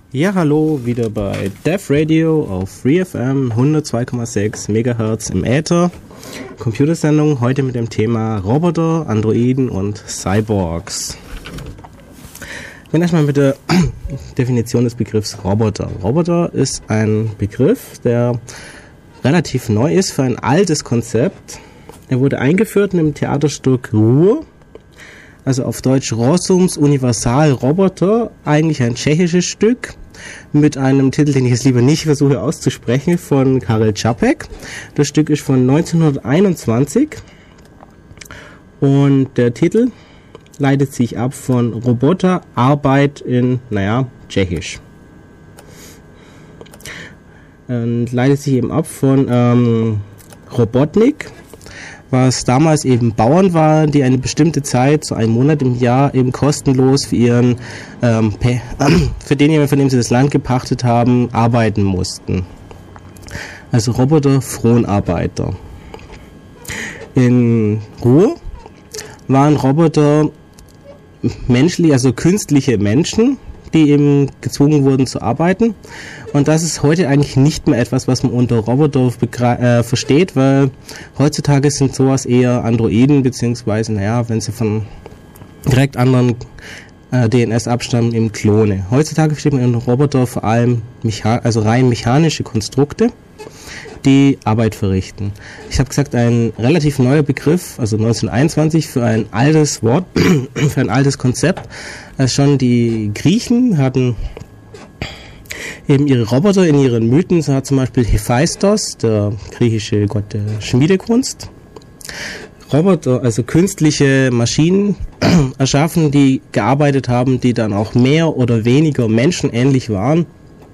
Ja, hallo, wieder bei Dev Radio auf FreeFM 102,6 MHz im Äther. Computersendung heute mit dem Thema Roboter, Androiden und Cyborgs. Ich bin erstmal mit der Definition des Begriffs Roboter. Roboter ist ein Begriff, der relativ neu ist für ein altes Konzept. Er wurde eingeführt in dem Theaterstück Ruhr, also auf Deutsch Rossums Universal Roboter, eigentlich ein tschechisches Stück mit einem Titel, den ich jetzt lieber nicht versuche auszusprechen, von Karel Čapek. Das Stück ist von 1921 und der Titel leitet sich ab von Roboter, Arbeit in, Tschechisch. Und leitet sich eben ab von Robotnik, was damals eben Bauern waren, die eine bestimmte Zeit, so einen Monat im Jahr, eben kostenlos für ihren, für denjenigen, von dem sie das Land gepachtet haben, arbeiten mussten. Also Roboter, Fronarbeiter. In Ruhr waren Roboter menschlich, also künstliche Menschen, die eben gezwungen wurden zu arbeiten. Und das ist heute eigentlich nicht mehr etwas, was man unter Roboter versteht, weil heutzutage sind sowas eher Androiden, beziehungsweise, wenn sie von direkt anderen DNS abstammen, eben Klone. Heutzutage versteht man unter Roboter vor allem rein mechanische Konstrukte, die Arbeit verrichten. Ich habe gesagt, ein relativ neuer Begriff, also 1921 für ein altes Wort, für ein altes Konzept. Also schon die Griechen hatten eben ihre Roboter in ihren Mythen. So hat zum Beispiel Hephaistos, der griechische Gott der Schmiedekunst, Roboter, also künstliche Maschinen erschaffen, die gearbeitet haben, die dann auch mehr oder weniger menschenähnlich waren.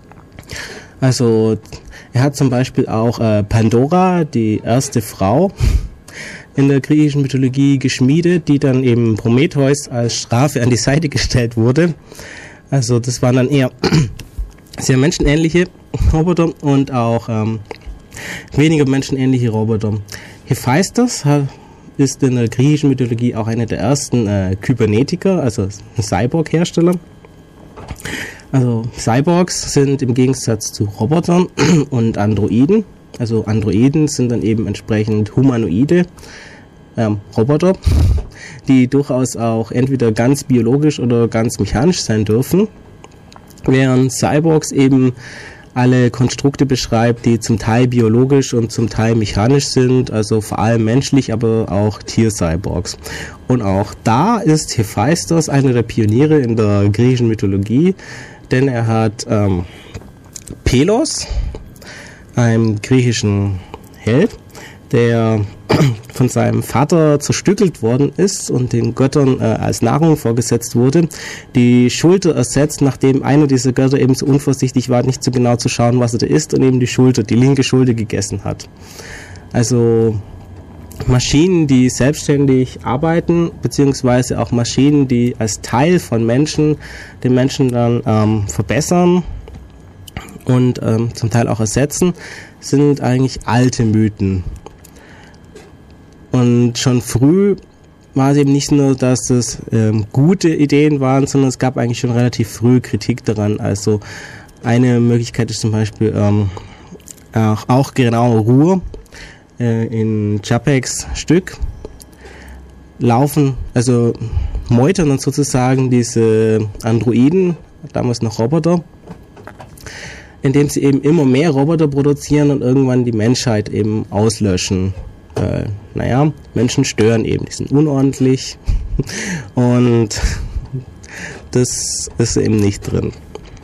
Also er hat zum Beispiel auch Pandora, die erste Frau in der griechischen Mythologie, geschmiedet, die dann eben Prometheus als Strafe an die Seite gestellt wurde. Also das waren dann eher sehr menschenähnliche Roboter und auch weniger menschenähnliche Roboter. Hephaistos ist in der griechischen Mythologie auch einer der ersten Kybernetiker, also Cyborg-Hersteller. Also Cyborgs sind im Gegensatz zu Robotern und Androiden, also Androiden sind dann eben entsprechend humanoide Roboter, die durchaus auch entweder ganz biologisch oder ganz mechanisch sein dürfen, während Cyborgs eben alle Konstrukte beschreibt, die zum Teil biologisch und zum Teil mechanisch sind, also vor allem menschlich, aber auch Tier-Cyborgs. Und auch da ist Hephaistos einer der Pioniere in der griechischen Mythologie, denn er hat Pelos, einem griechischen Held, der von seinem Vater zerstückelt worden ist und den Göttern als Nahrung vorgesetzt wurde, die Schulter ersetzt, nachdem einer dieser Götter eben so unvorsichtig war, nicht so genau zu schauen, was er da isst, und eben die linke Schulter gegessen hat. Also Maschinen, die selbstständig arbeiten, beziehungsweise auch Maschinen, die als Teil von Menschen den Menschen dann verbessern und zum Teil auch ersetzen, sind eigentlich alte Mythen. Und schon früh war es eben nicht nur, dass das gute Ideen waren, sondern es gab eigentlich schon relativ früh Kritik daran. Also eine Möglichkeit ist zum Beispiel auch genau Ruhr in Čapeks Stück meutern dann sozusagen diese Androiden, damals noch Roboter, indem sie eben immer mehr Roboter produzieren und irgendwann die Menschheit eben auslöschen. Menschen stören eben, die sind unordentlich und das ist eben nicht drin.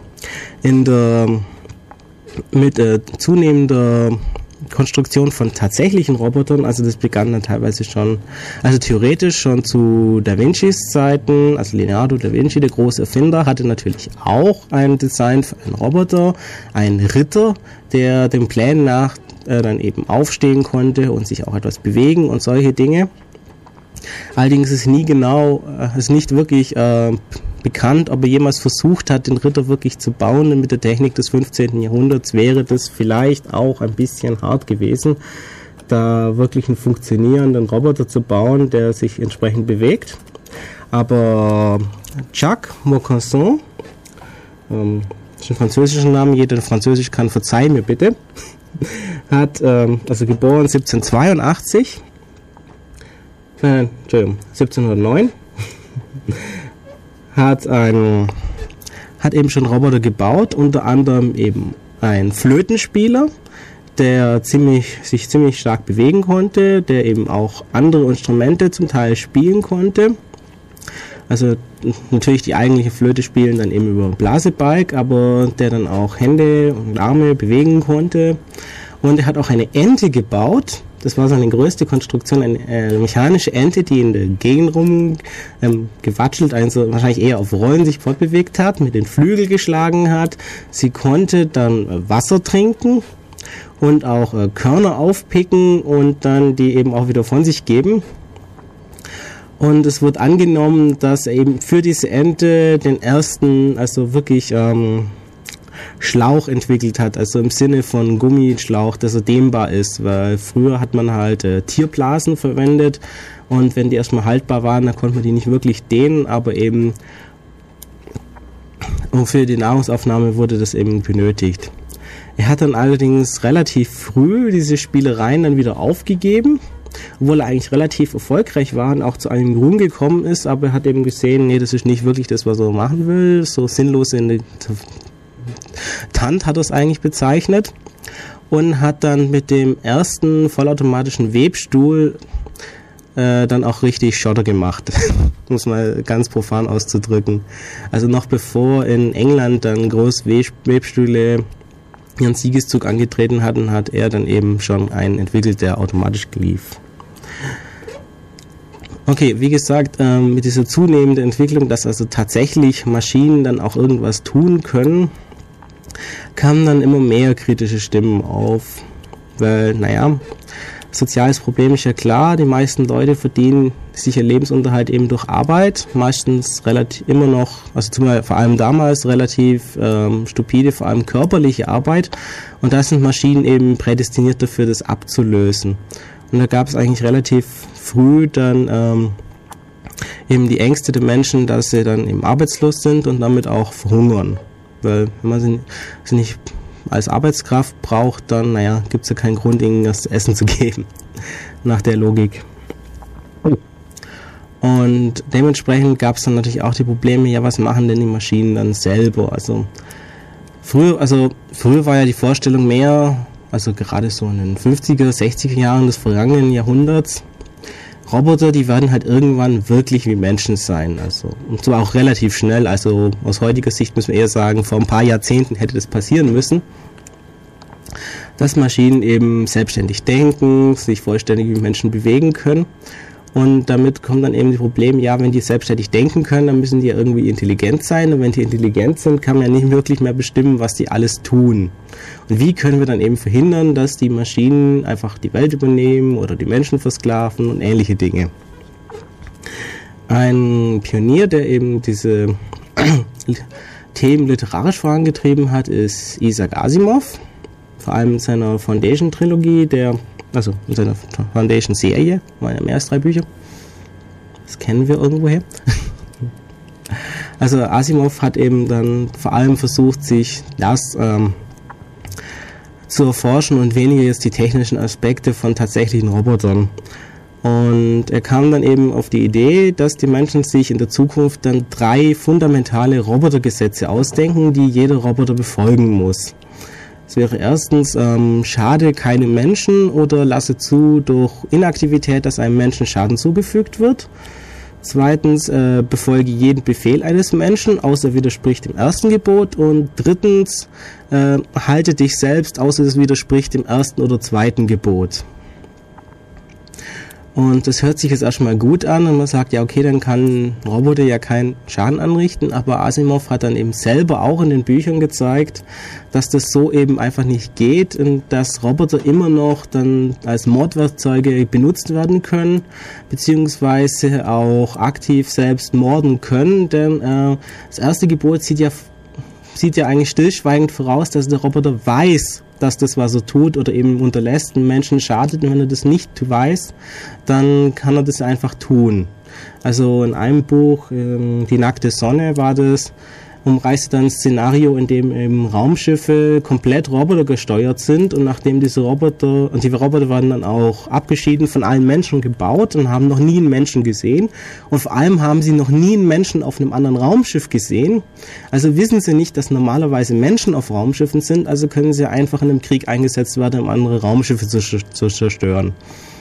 Mit zunehmender Konstruktion von tatsächlichen Robotern, also das begann dann teilweise schon, also theoretisch schon zu Da Vincis Zeiten, also Leonardo da Vinci, der große Erfinder, hatte natürlich auch ein Design für einen Roboter, einen Ritter, der den Plänen nach dann eben aufstehen konnte und sich auch etwas bewegen und solche Dinge. Allerdings ist nicht wirklich bekannt, ob er jemals versucht hat, den Ritter wirklich zu bauen. Und mit der Technik des 15. Jahrhunderts wäre das vielleicht auch ein bisschen hart gewesen, da wirklich einen funktionierenden Roboter zu bauen, der sich entsprechend bewegt. Aber Jacques Vaucanson, den französischen Namen, jeder, der Französisch kann, verzeih mir bitte, hat, also geboren 1782, Entschuldigung, 1709, hat eben schon Roboter gebaut, unter anderem eben ein Flötenspieler, der sich ziemlich stark bewegen konnte, der eben auch andere Instrumente zum Teil spielen konnte. Also natürlich die eigentliche Flöte spielen dann eben über Blasebalg, aber der dann auch Hände und Arme bewegen konnte. Und er hat auch eine Ente gebaut. Das war seine größte Konstruktion, eine mechanische Ente, die in der Gegend gewatschelt, also wahrscheinlich eher auf Rollen sich fortbewegt hat, mit den Flügeln geschlagen hat. Sie konnte dann Wasser trinken und auch Körner aufpicken und dann die eben auch wieder von sich geben. Und es wird angenommen, dass er eben für diese Ente den ersten, also wirklich Schlauch entwickelt hat, also im Sinne von Gummischlauch, dass er dehnbar ist, weil früher hat man halt Tierblasen verwendet und wenn die erstmal haltbar waren, dann konnte man die nicht wirklich dehnen, aber eben für die Nahrungsaufnahme wurde das eben benötigt. Er hat dann allerdings relativ früh diese Spielereien dann wieder aufgegeben, obwohl er eigentlich relativ erfolgreich war und auch zu einem Ruhm gekommen ist, aber er hat eben gesehen, nee, das ist nicht wirklich das, was er machen will, so sinnlose Tant hat er es eigentlich bezeichnet und hat dann mit dem ersten vollautomatischen Webstuhl dann auch richtig Schotter gemacht, muss mal ganz profan auszudrücken. Also noch bevor in England dann groß Webstühle ihren Siegeszug angetreten hatten, hat er dann eben schon einen entwickelt, der automatisch lief. Okay, wie gesagt, mit dieser zunehmenden Entwicklung, dass also tatsächlich Maschinen dann auch irgendwas tun können, kamen dann immer mehr kritische Stimmen auf, weil, soziales Problem ist ja klar, die meisten Leute verdienen sich ihr Lebensunterhalt eben durch Arbeit, meistens immer noch, also vor allem damals relativ stupide, vor allem körperliche Arbeit, und da sind Maschinen eben prädestiniert dafür, das abzulösen. Und da gab es eigentlich relativ früh dann eben die Ängste der Menschen, dass sie dann eben arbeitslos sind und damit auch verhungern. Weil wenn man sie nicht als Arbeitskraft braucht, dann, gibt es ja keinen Grund, ihnen das Essen zu geben, nach der Logik. Und dementsprechend gab es dann natürlich auch die Probleme, was machen denn die Maschinen dann selber? Also früher war ja die Vorstellung mehr, also gerade so in den 50er, 60er Jahren des vergangenen Jahrhunderts, Roboter, die werden halt irgendwann wirklich wie Menschen sein, also und zwar auch relativ schnell, also aus heutiger Sicht müssen wir eher sagen, vor ein paar Jahrzehnten hätte das passieren müssen, dass Maschinen eben selbstständig denken, sich vollständig wie Menschen bewegen können, und damit kommt dann eben das Problem, wenn die selbstständig denken können, dann müssen die ja irgendwie intelligent sein, und wenn die intelligent sind, kann man ja nicht wirklich mehr bestimmen, was die alles tun. Und wie können wir dann eben verhindern, dass die Maschinen einfach die Welt übernehmen oder die Menschen versklaven und ähnliche Dinge. Ein Pionier, der eben diese Themen literarisch vorangetrieben hat, ist Isaac Asimov, vor allem in seiner Foundation-Trilogie, also in seiner Foundation-Serie, waren ja mehr als 3 Bücher. Das kennen wir irgendwoher. Also Asimov hat eben dann vor allem versucht, sich das zu erforschen und weniger jetzt die technischen Aspekte von tatsächlichen Robotern. Und er kam dann eben auf die Idee, dass die Menschen sich in der Zukunft dann 3 fundamentale Robotergesetze ausdenken, die jeder Roboter befolgen muss. Es wäre erstens, schade keinem Menschen oder lasse zu durch Inaktivität, dass einem Menschen Schaden zugefügt wird. Zweitens, befolge jeden Befehl eines Menschen, außer widerspricht dem ersten Gebot. Und drittens, halte dich selbst, außer es widerspricht dem ersten oder zweiten Gebot. Und das hört sich jetzt erstmal gut an und man sagt, okay, dann kann ein Roboter ja keinen Schaden anrichten, aber Asimov hat dann eben selber auch in den Büchern gezeigt, dass das so eben einfach nicht geht und dass Roboter immer noch dann als Mordwerkzeuge benutzt werden können, beziehungsweise auch aktiv selbst morden können, denn das erste Gebot sieht ja eigentlich stillschweigend voraus, dass der Roboter weiß, dass das, was er tut oder eben unterlässt, einen Menschen schadet, und wenn er das nicht weiß, dann kann er das einfach tun. Also in einem Buch, Die nackte Sonne war das, umreißt dann ein Szenario, in dem eben Raumschiffe komplett Roboter gesteuert sind, und nachdem die Roboter waren dann auch abgeschieden von allen Menschen gebaut und haben noch nie einen Menschen gesehen, und vor allem haben sie noch nie einen Menschen auf einem anderen Raumschiff gesehen. Also wissen sie nicht, dass normalerweise Menschen auf Raumschiffen sind, also können sie einfach in einem Krieg eingesetzt werden, um andere Raumschiffe zu zerstören.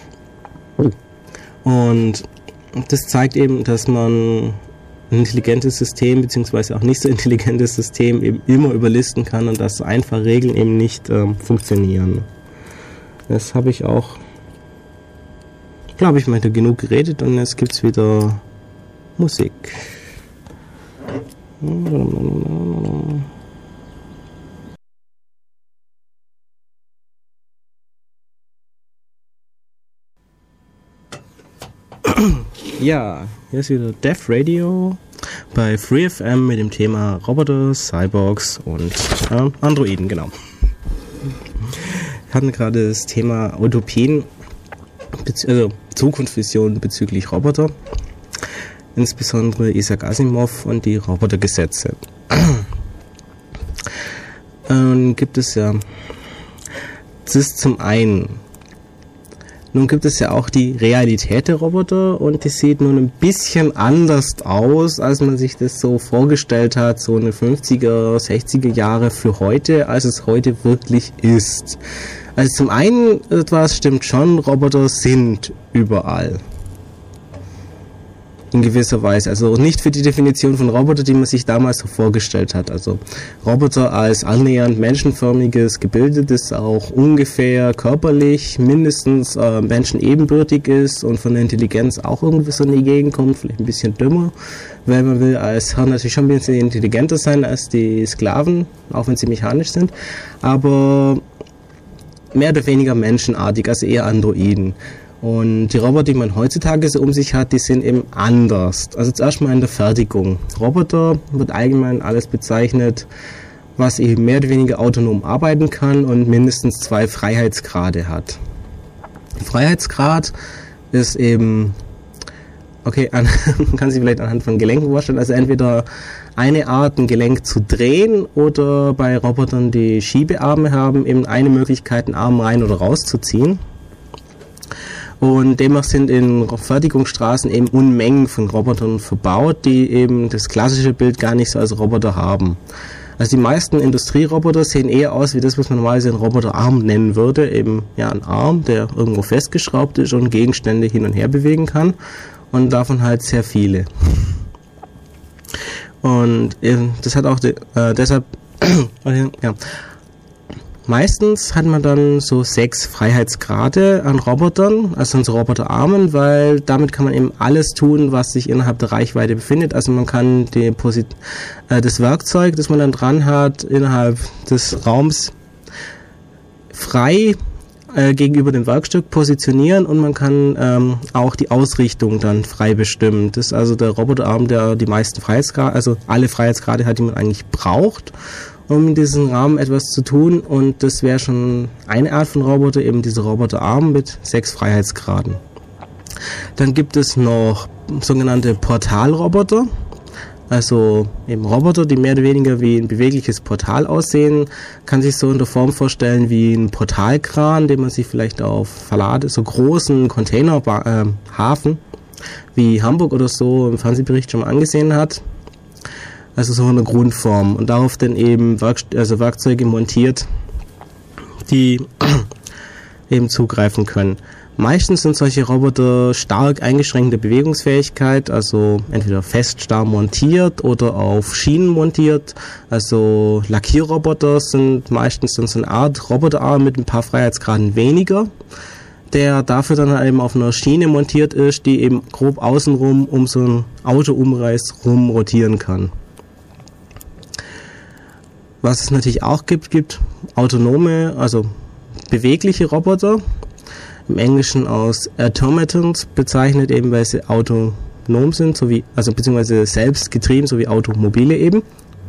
Und das zeigt eben, dass man ein intelligentes System, beziehungsweise auch nicht so intelligentes System eben immer überlisten kann und dass einfache Regeln eben nicht funktionieren. Das habe ich auch, glaube ich, mal genug geredet, und jetzt gibt es wieder Musik. Ja, hier ist wieder Dev Radio bei FreeFM mit dem Thema Roboter, Cyborgs und Androiden, genau. Wir hatten gerade das Thema Utopien, also Zukunftsvisionen bezüglich Roboter, insbesondere Isaac Asimov und die Robotergesetze. Gibt es ja, das ist zum einen, nun gibt es ja auch die Realität der Roboter, und die sieht nun ein bisschen anders aus, als man sich das so vorgestellt hat, so eine 50er, 60er Jahre für heute, als es heute wirklich ist. Also zum einen, etwas stimmt schon, Roboter sind überall. In gewisser Weise. Also nicht für die Definition von Roboter, die man sich damals so vorgestellt hat. Also Roboter als annähernd menschenförmiges Gebilde, das auch ungefähr körperlich mindestens menschenebenbürtig ist und von der Intelligenz auch irgendwie so in die Gegend kommt, vielleicht ein bisschen dümmer, weil man will als Herr natürlich schon ein bisschen intelligenter sein als die Sklaven, auch wenn sie mechanisch sind, aber mehr oder weniger menschenartig, also eher Androiden. Und die Roboter, die man heutzutage so um sich hat, die sind eben anders. Also zuerst mal in der Fertigung. Roboter wird allgemein alles bezeichnet, was eben mehr oder weniger autonom arbeiten kann und mindestens 2 Freiheitsgrade hat. Freiheitsgrad ist eben, okay, man kann sich vielleicht anhand von Gelenken vorstellen, also entweder eine Art, ein Gelenk zu drehen, oder bei Robotern, die Schiebearme haben, eben eine Möglichkeit, einen Arm rein oder rauszuziehen. Und demnach sind in Fertigungsstraßen eben Unmengen von Robotern verbaut, die eben das klassische Bild gar nicht so als Roboter haben. Also die meisten Industrieroboter sehen eher aus wie das, was man normalerweise einen Roboterarm nennen würde. Eben ja ein Arm, der irgendwo festgeschraubt ist und Gegenstände hin und her bewegen kann. Und davon halt sehr viele. Und das hat auch deshalb ja. Meistens hat man dann so 6 Freiheitsgrade an Robotern, also an so Roboterarmen, weil damit kann man eben alles tun, was sich innerhalb der Reichweite befindet. Also man kann das Werkzeug, das man dann dran hat, innerhalb des Raums frei gegenüber dem Werkstück positionieren, und man kann auch die Ausrichtung dann frei bestimmen. Das ist also der Roboterarm, der die meisten Freiheitsgrade, also alle Freiheitsgrade hat, die man eigentlich braucht, um in diesem Rahmen etwas zu tun, und das wäre schon eine Art von Roboter, eben dieser Roboterarm mit 6 Freiheitsgraden. Dann gibt es noch sogenannte Portalroboter, also eben Roboter, die mehr oder weniger wie ein bewegliches Portal aussehen, kann sich so in der Form vorstellen wie ein Portalkran, den man sich vielleicht auf so großen Containerhafen wie Hamburg oder so im Fernsehbericht schon mal angesehen hat. Also so eine Grundform, und darauf dann eben Werkzeuge montiert, die eben zugreifen können. Meistens sind solche Roboter stark eingeschränkte Bewegungsfähigkeit, also entweder fest starr montiert oder auf Schienen montiert. Also Lackierroboter sind meistens dann so eine Art Roboterarm mit ein paar Freiheitsgraden weniger, der dafür dann eben auf einer Schiene montiert ist, die eben grob außenrum um so einen Autoumreiß rum rotieren kann. Was es natürlich auch gibt autonome, also bewegliche Roboter, im Englischen aus Automatons bezeichnet, eben weil sie autonom sind, beziehungsweise selbst getrieben, so wie Automobile eben.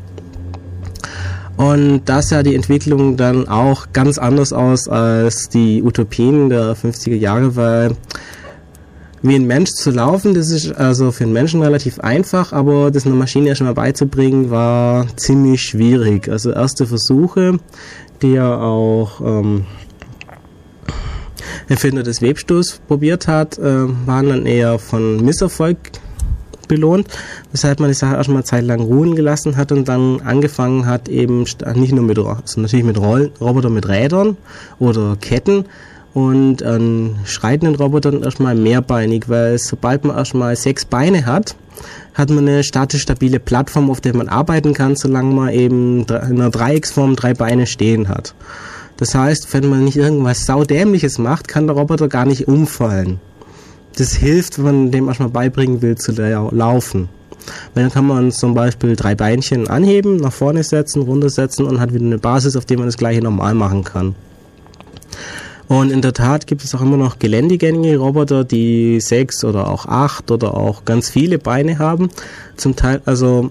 Und da sah die Entwicklung dann auch ganz anders aus als die Utopien der 50er Jahre, weil Wie ein Mensch zu laufen, das ist also für einen Menschen relativ einfach, aber das einer Maschine erstmal beizubringen, war ziemlich schwierig. Also erste Versuche, die ja auch Erfinder des Webstuhls probiert hat, waren dann eher von Misserfolg belohnt, weshalb man die Sache erstmal zeitlang ruhen gelassen hat und dann angefangen hat, eben nicht nur natürlich mit Robotern mit Rädern oder Ketten, und an schreitenden Robotern erstmal mehrbeinig, weil sobald man erstmal 6 Beine hat, hat man eine statisch stabile Plattform, auf der man arbeiten kann, solange man eben in einer Dreiecksform 3 Beine stehen hat. Das heißt, wenn man nicht irgendwas Saudämliches macht, kann der Roboter gar nicht umfallen. Das hilft, wenn man dem erstmal beibringen will zu laufen. Weil dann kann man zum Beispiel 3 Beinchen anheben, nach vorne setzen, runtersetzen und hat wieder eine Basis, auf der man das gleiche normal machen kann. Und in der Tat gibt es auch immer noch geländegängige Roboter, die 6 oder auch 8 oder auch ganz viele Beine haben. Zum Teil also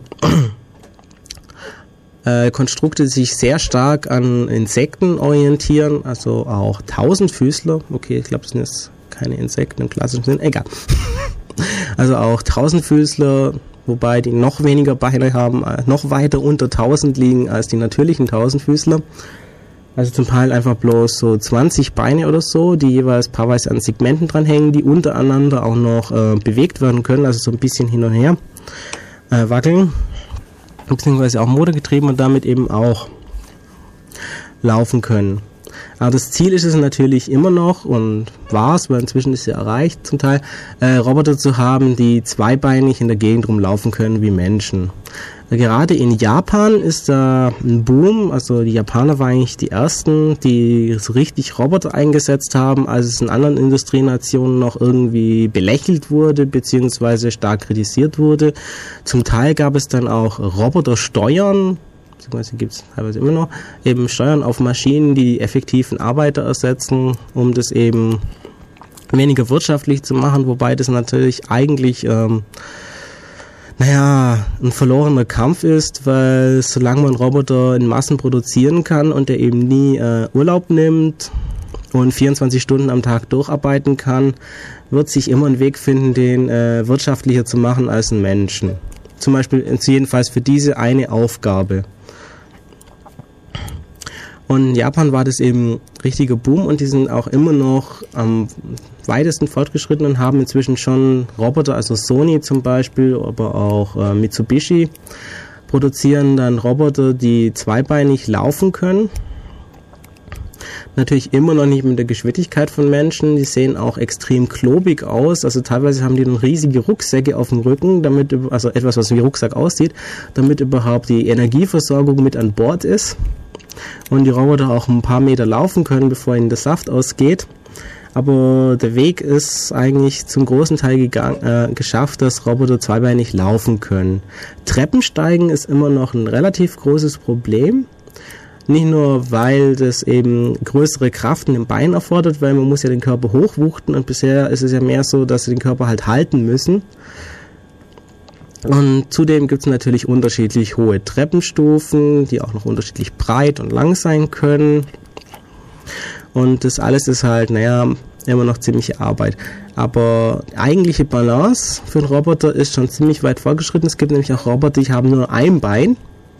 Konstrukte, die sich sehr stark an Insekten orientieren, also auch Tausendfüßler. Okay, ich glaube, das sind jetzt keine Insekten im klassischen Sinn, egal. Also auch Tausendfüßler, wobei die noch weniger Beine haben, noch weiter unter 1000 liegen als die natürlichen Tausendfüßler. Also zum Teil einfach bloß so 20 Beine oder so, die jeweils paarweise an Segmenten dranhängen, die untereinander auch noch bewegt werden können, also so ein bisschen hin und her wackeln, beziehungsweise auch motorgetrieben und damit eben auch laufen können. Aber das Ziel ist es natürlich immer noch, und war es, weil inzwischen ist es ja erreicht zum Teil, Roboter zu haben, die zweibeinig in der Gegend rumlaufen können wie Menschen. Gerade in Japan ist da ein Boom, also die Japaner waren eigentlich die ersten, die so richtig Roboter eingesetzt haben, als es in anderen Industrienationen noch irgendwie belächelt wurde, beziehungsweise stark kritisiert wurde. Zum Teil gab es dann auch Robotersteuern, beziehungsweise gibt es teilweise immer noch, eben Steuern auf Maschinen, die effektiven Arbeiter ersetzen, um das eben weniger wirtschaftlich zu machen, wobei das natürlich eigentlich ein verlorener Kampf ist, weil solange man Roboter in Massen produzieren kann und der eben nie Urlaub nimmt und 24 Stunden am Tag durcharbeiten kann, wird sich immer ein Weg finden, den wirtschaftlicher zu machen als ein Menschen. Zum Beispiel jedenfalls für diese eine Aufgabe. Und in Japan war das eben richtiger Boom und die sind auch immer noch am weitesten fortgeschritten und haben inzwischen schon Roboter, also Sony zum Beispiel, aber auch Mitsubishi, produzieren dann Roboter, die zweibeinig laufen können. Natürlich immer noch nicht mit der Geschwindigkeit von Menschen, die sehen auch extrem klobig aus, also teilweise haben die dann riesige Rucksäcke auf dem Rücken, also etwas, was wie Rucksack aussieht, damit überhaupt die Energieversorgung mit an Bord ist. Und die Roboter auch ein paar Meter laufen können, bevor ihnen der Saft ausgeht. Aber der Weg ist eigentlich zum großen Teil geschafft, dass Roboter zweibeinig laufen können. Treppensteigen ist immer noch ein relativ großes Problem. Nicht nur, weil das eben größere Kraft in den Beinen erfordert, weil man muss ja den Körper hochwuchten und bisher ist es ja mehr so, dass sie den Körper halt halten müssen. Und zudem gibt es natürlich unterschiedlich hohe Treppenstufen, die auch noch unterschiedlich breit und lang sein können. Und das alles ist halt, immer noch ziemliche Arbeit. Aber die eigentliche Balance für einen Roboter ist schon ziemlich weit fortgeschritten. Es gibt nämlich auch Roboter, die haben nur ein Bein.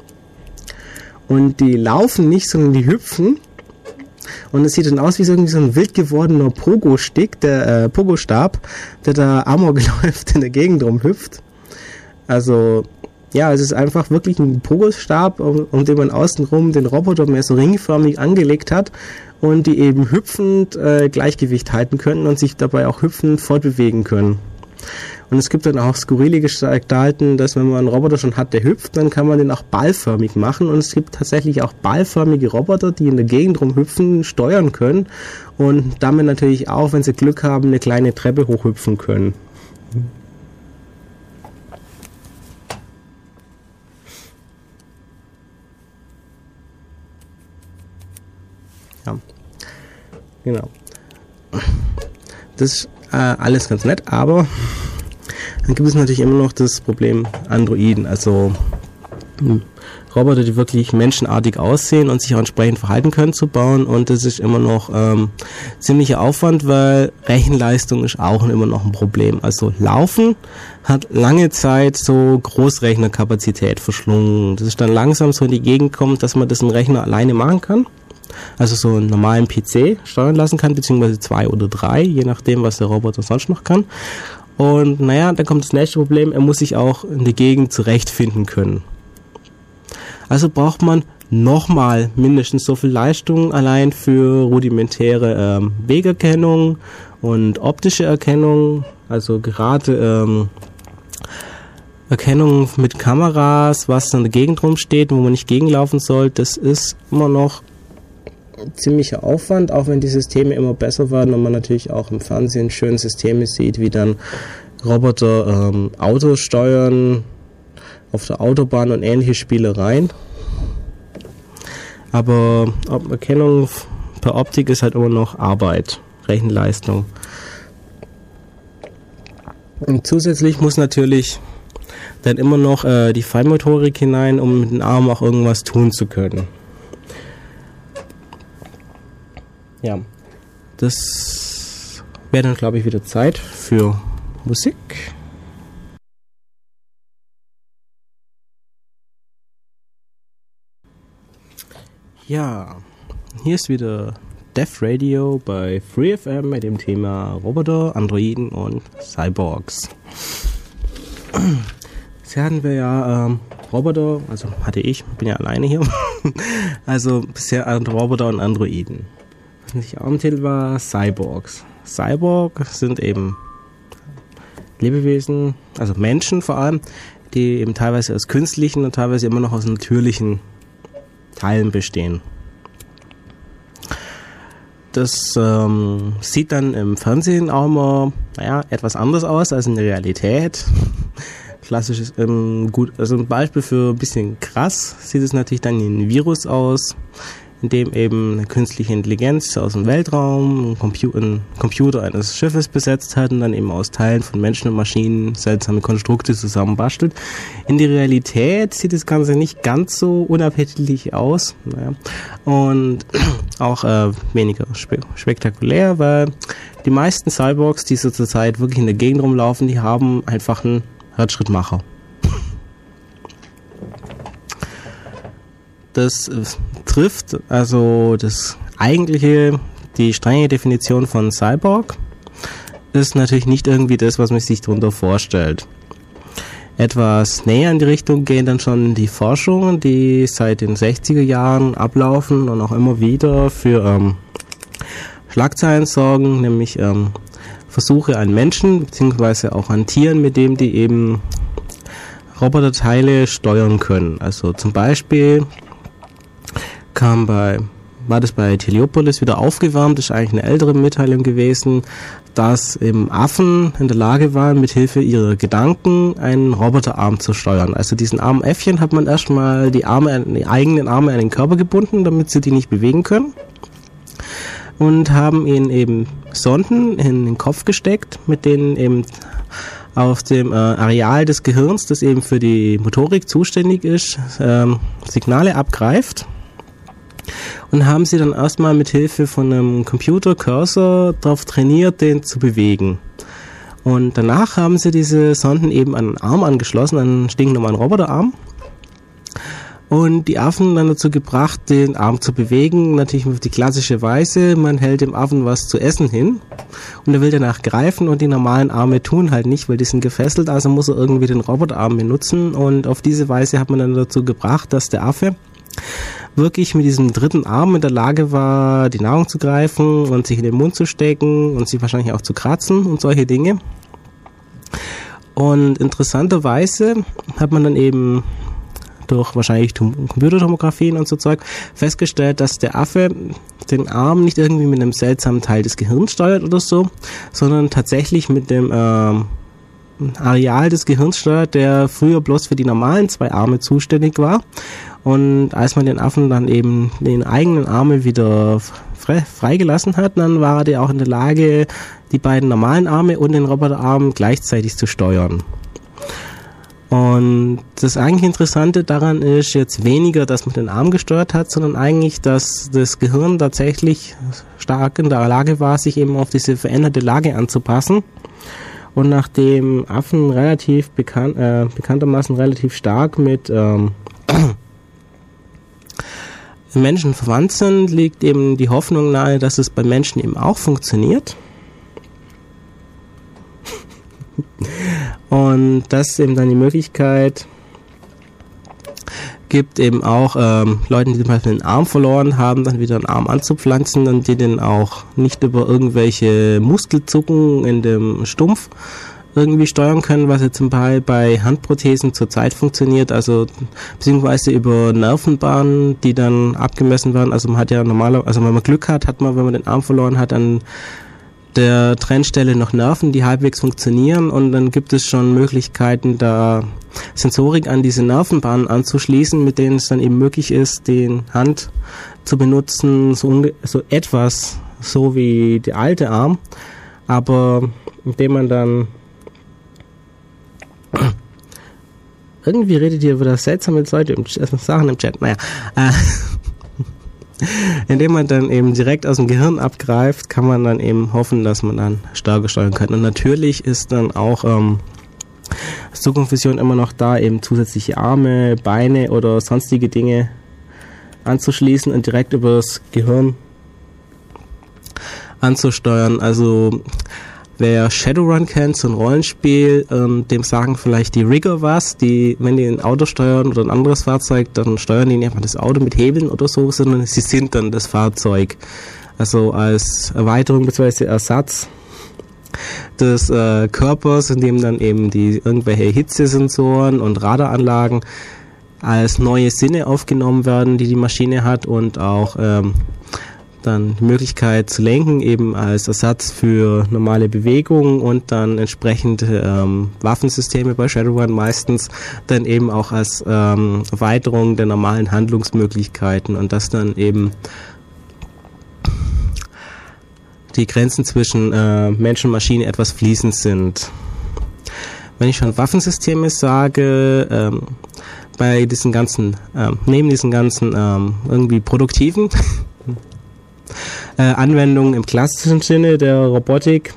Und die laufen nicht, sondern die hüpfen. Und es sieht dann aus wie so ein wild gewordener Pogo-Stick, Pogo-Stab, der da Amok läuft, in der Gegend rumhüpft. Also, ja, es ist einfach wirklich ein Pogo-Stab, um den man außenrum den Roboter mehr so ringförmig angelegt hat und die eben hüpfend Gleichgewicht halten können und sich dabei auch hüpfend fortbewegen können. Und es gibt dann auch skurrile Gestalten, dass wenn man einen Roboter schon hat, der hüpft, dann kann man den auch ballförmig machen. Und es gibt tatsächlich auch ballförmige Roboter, die in der Gegend rumhüpfen, steuern können und damit natürlich auch, wenn sie Glück haben, eine kleine Treppe hochhüpfen können. Ja, genau. Das ist alles ganz nett, aber dann gibt es natürlich immer noch das Problem Androiden, also Roboter, die wirklich menschenartig aussehen und sich auch entsprechend verhalten können, zu bauen. Und das ist immer noch ziemlicher Aufwand, weil Rechenleistung ist auch immer noch ein Problem. Also Laufen hat lange Zeit so Großrechnerkapazität verschlungen. Das ist dann langsam so in die Gegend kommt, dass man das im Rechner alleine machen kann. Also so einen normalen PC steuern lassen kann, beziehungsweise 2 oder 3, je nachdem, was der Roboter sonst noch kann. Und naja, dann kommt das nächste Problem, er muss sich auch in der Gegend zurechtfinden können. Also braucht man nochmal mindestens so viel Leistung allein für rudimentäre Wegerkennung und optische Erkennung, also gerade Erkennung mit Kameras, was in der Gegend rumsteht, wo man nicht gegenlaufen soll, das ist immer noch ziemlicher Aufwand, auch wenn die Systeme immer besser werden und man natürlich auch im Fernsehen schöne Systeme sieht, wie dann Roboter Autos steuern auf der Autobahn und ähnliche Spielereien. Aber Erkennung per Optik ist halt immer noch Arbeit, Rechenleistung. Und zusätzlich muss natürlich dann immer noch die Feinmotorik hinein, um mit den Armen auch irgendwas tun zu können. Ja, das wäre dann, glaube ich, wieder Zeit für Musik. Ja, hier ist wieder Dev Radio bei FreeFM mit dem Thema Roboter, Androiden und Cyborgs. Bisher hatten wir ja Roboter, also hatte ich, bin ja alleine hier, also bisher Roboter und Androiden. Was nicht auch im Titel war, Cyborgs. Cyborgs sind eben Lebewesen, also Menschen vor allem, die eben teilweise aus künstlichen und teilweise immer noch aus natürlichen Teilen bestehen. Das sieht dann im Fernsehen auch immer, etwas anders aus als in der Realität. Klassisches, gut, also ein Beispiel für ein bisschen krass sieht es natürlich dann in einem Virus aus, in dem eben eine künstliche Intelligenz aus dem Weltraum einen Computer eines Schiffes besetzt hat und dann eben aus Teilen von Menschen und Maschinen seltsame Konstrukte zusammenbastelt. In der Realität sieht das Ganze nicht ganz so unappetitlich aus, und auch weniger spektakulär, weil die meisten Cyborgs, die so zurzeit wirklich in der Gegend rumlaufen, die haben einfach einen Herzschrittmacher. Das trifft also die strenge Definition von Cyborg ist natürlich nicht irgendwie das, was man sich darunter vorstellt. Etwas näher in die Richtung gehen dann schon die Forschungen, die seit den 60er Jahren ablaufen und auch immer wieder für Schlagzeilen sorgen, nämlich Versuche an Menschen bzw. auch an Tieren, mit dem die eben Roboterteile steuern können. Also zum Beispiel war das bei Teleopolis wieder aufgewärmt, das ist eigentlich eine ältere Mitteilung gewesen, dass eben Affen in der Lage waren, mit Hilfe ihrer Gedanken einen Roboterarm zu steuern. Also diesen armen Äffchen hat man erstmal die eigenen Arme an den Körper gebunden, damit sie die nicht bewegen können. Und haben ihnen eben Sonden in den Kopf gesteckt, mit denen eben auf dem Areal des Gehirns, das eben für die Motorik zuständig ist, Signale abgreift. Und haben sie dann erstmal mit Hilfe von einem Computer-Cursor darauf trainiert, den zu bewegen. Und danach haben sie diese Sonden eben an einen Arm angeschlossen, an einen stinknormalen Roboterarm. Und die Affen dann dazu gebracht, den Arm zu bewegen, natürlich auf die klassische Weise. Man hält dem Affen was zu essen hin und er will danach greifen und die normalen Arme tun halt nicht, weil die sind gefesselt, also muss er irgendwie den Roboterarm benutzen und auf diese Weise hat man dann dazu gebracht, dass der Affe wirklich mit diesem dritten Arm in der Lage war, die Nahrung zu greifen und sich in den Mund zu stecken und sich wahrscheinlich auch zu kratzen und solche Dinge. Und interessanterweise hat man dann eben durch wahrscheinlich Computertomographien und so Zeug festgestellt, dass der Affe den Arm nicht irgendwie mit einem seltsamen Teil des Gehirns steuert oder so, sondern tatsächlich mit dem Areal des Gehirns steuert, der früher bloß für die normalen 2 Arme zuständig war. Und als man den Affen dann eben den eigenen Arme wieder freigelassen hat, dann war der auch in der Lage, die beiden normalen Arme und den Roboterarm gleichzeitig zu steuern. Und das eigentlich Interessante daran ist jetzt weniger, dass man den Arm gesteuert hat, sondern eigentlich, dass das Gehirn tatsächlich stark in der Lage war, sich eben auf diese veränderte Lage anzupassen. Und nachdem Affen relativ bekanntermaßen relativ stark mit Menschen verwandt sind, liegt eben die Hoffnung nahe, dass es bei Menschen eben auch funktioniert. Und das eben dann die Möglichkeit gibt, eben auch Leuten, die zum Beispiel einen Arm verloren haben, dann wieder einen Arm anzupflanzen und die den auch nicht über irgendwelche Muskelzucken in dem Stumpf irgendwie steuern können, was jetzt zum Beispiel bei Handprothesen zurzeit funktioniert, also beziehungsweise über Nervenbahnen, die dann abgemessen werden. Also man hat ja normalerweise, wenn man Glück hat, hat man, wenn man den Arm verloren hat, an der Trennstelle noch Nerven, die halbwegs funktionieren, und dann gibt es schon Möglichkeiten, da Sensorik an diese Nervenbahnen anzuschließen, mit denen es dann eben möglich ist, die Hand zu benutzen, so etwas so wie der alte Arm, aber indem man dann irgendwie redet ihr über seltsame Leute Sachen im Chat, indem man dann eben direkt aus dem Gehirn abgreift, kann man dann eben hoffen, dass man dann stärker steuern kann. Und natürlich ist dann auch Zukunftsvision immer noch da, eben zusätzliche Arme, Beine oder sonstige Dinge anzuschließen und direkt über das Gehirn anzusteuern. Also wer Shadowrun kennt, so ein Rollenspiel, dem sagen vielleicht die Rigger was, die, wenn die ein Auto steuern oder ein anderes Fahrzeug, dann steuern die nicht einfach das Auto mit Hebeln oder so, sondern sie sind dann das Fahrzeug. Also als Erweiterung bzw. Ersatz des Körpers, in dem dann eben die irgendwelche Hitzesensoren und Radaranlagen als neue Sinne aufgenommen werden, die die Maschine hat, und auch dann die Möglichkeit zu lenken, eben als Ersatz für normale Bewegungen, und dann entsprechend Waffensysteme bei Shadowrun meistens dann eben auch als Erweiterung der normalen Handlungsmöglichkeiten, und das dann eben die Grenzen zwischen Mensch und Maschine etwas fließend sind. Wenn ich schon Waffensysteme sage, bei diesen ganzen, neben diesen ganzen irgendwie produktiven Anwendungen im klassischen Sinne der Robotik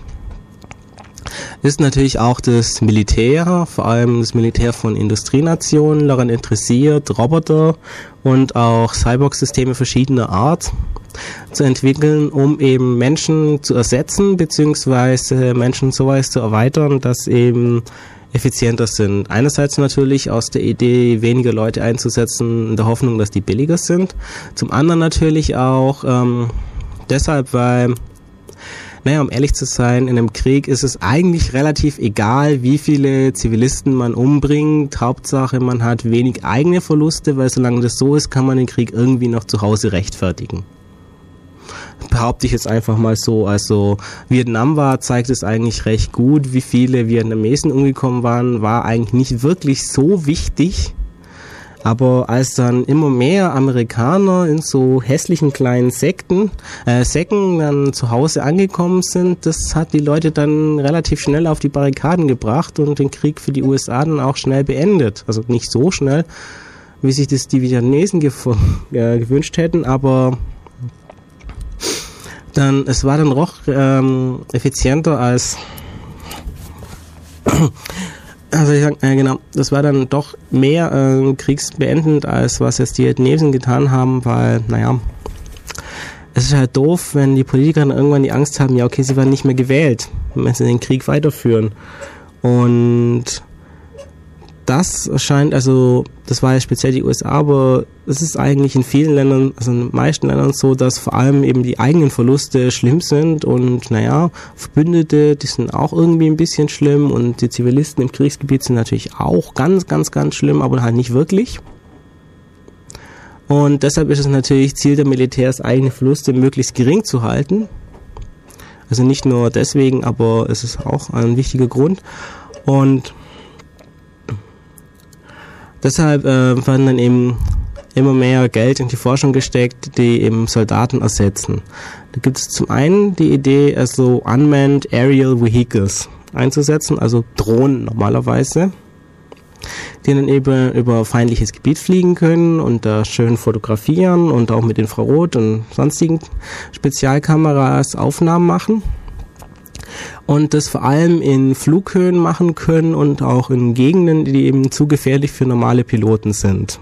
ist natürlich auch das Militär, vor allem das Militär von Industrienationen, daran interessiert, Roboter und auch Cyborg-Systeme verschiedener Art zu entwickeln, um eben Menschen zu ersetzen, beziehungsweise Menschen so weit zu erweitern, dass eben effizienter sind. Einerseits natürlich aus der Idee, weniger Leute einzusetzen, in der Hoffnung, dass die billiger sind. Zum anderen natürlich auch deshalb, weil, um ehrlich zu sein, in einem Krieg ist es eigentlich relativ egal, wie viele Zivilisten man umbringt. Hauptsache, man hat wenig eigene Verluste, weil solange das so ist, kann man den Krieg irgendwie noch zu Hause rechtfertigen. Behaupte ich jetzt einfach mal so. Also Vietnam zeigt es eigentlich recht gut, wie viele Vietnamesen umgekommen waren, war eigentlich nicht wirklich so wichtig. Aber als dann immer mehr Amerikaner in so hässlichen kleinen Säcken dann zu Hause angekommen sind, das hat die Leute dann relativ schnell auf die Barrikaden gebracht und den Krieg für die USA dann auch schnell beendet. Also nicht so schnell, wie sich das die Vietnamesen gewünscht hätten, aber es war dann doch effizienter als das war dann doch mehr kriegsbeendend, als was jetzt die Vietnamesen getan haben, weil, es ist halt doof, wenn die Politiker dann irgendwann die Angst haben, ja okay, sie werden nicht mehr gewählt, wenn sie den Krieg weiterführen. Und das scheint, also das war ja speziell die USA, aber es ist eigentlich in vielen Ländern, also in den meisten Ländern so, dass vor allem eben die eigenen Verluste schlimm sind und Verbündete, die sind auch irgendwie ein bisschen schlimm, und die Zivilisten im Kriegsgebiet sind natürlich auch ganz, ganz, ganz schlimm, aber halt nicht wirklich. Und deshalb ist es natürlich Ziel der Militärs, eigene Verluste möglichst gering zu halten. Also nicht nur deswegen, aber es ist auch ein wichtiger Grund. Und deshalb werden dann eben immer mehr Geld in die Forschung gesteckt, die eben Soldaten ersetzen. Da gibt es zum einen die Idee, also Unmanned Aerial Vehicles einzusetzen, also Drohnen normalerweise. die dann eben über feindliches Gebiet fliegen können und da schön fotografieren und auch mit Infrarot und sonstigen Spezialkameras Aufnahmen machen. Und das vor allem in Flughöhen machen können und auch in Gegenden, die eben zu gefährlich für normale Piloten sind.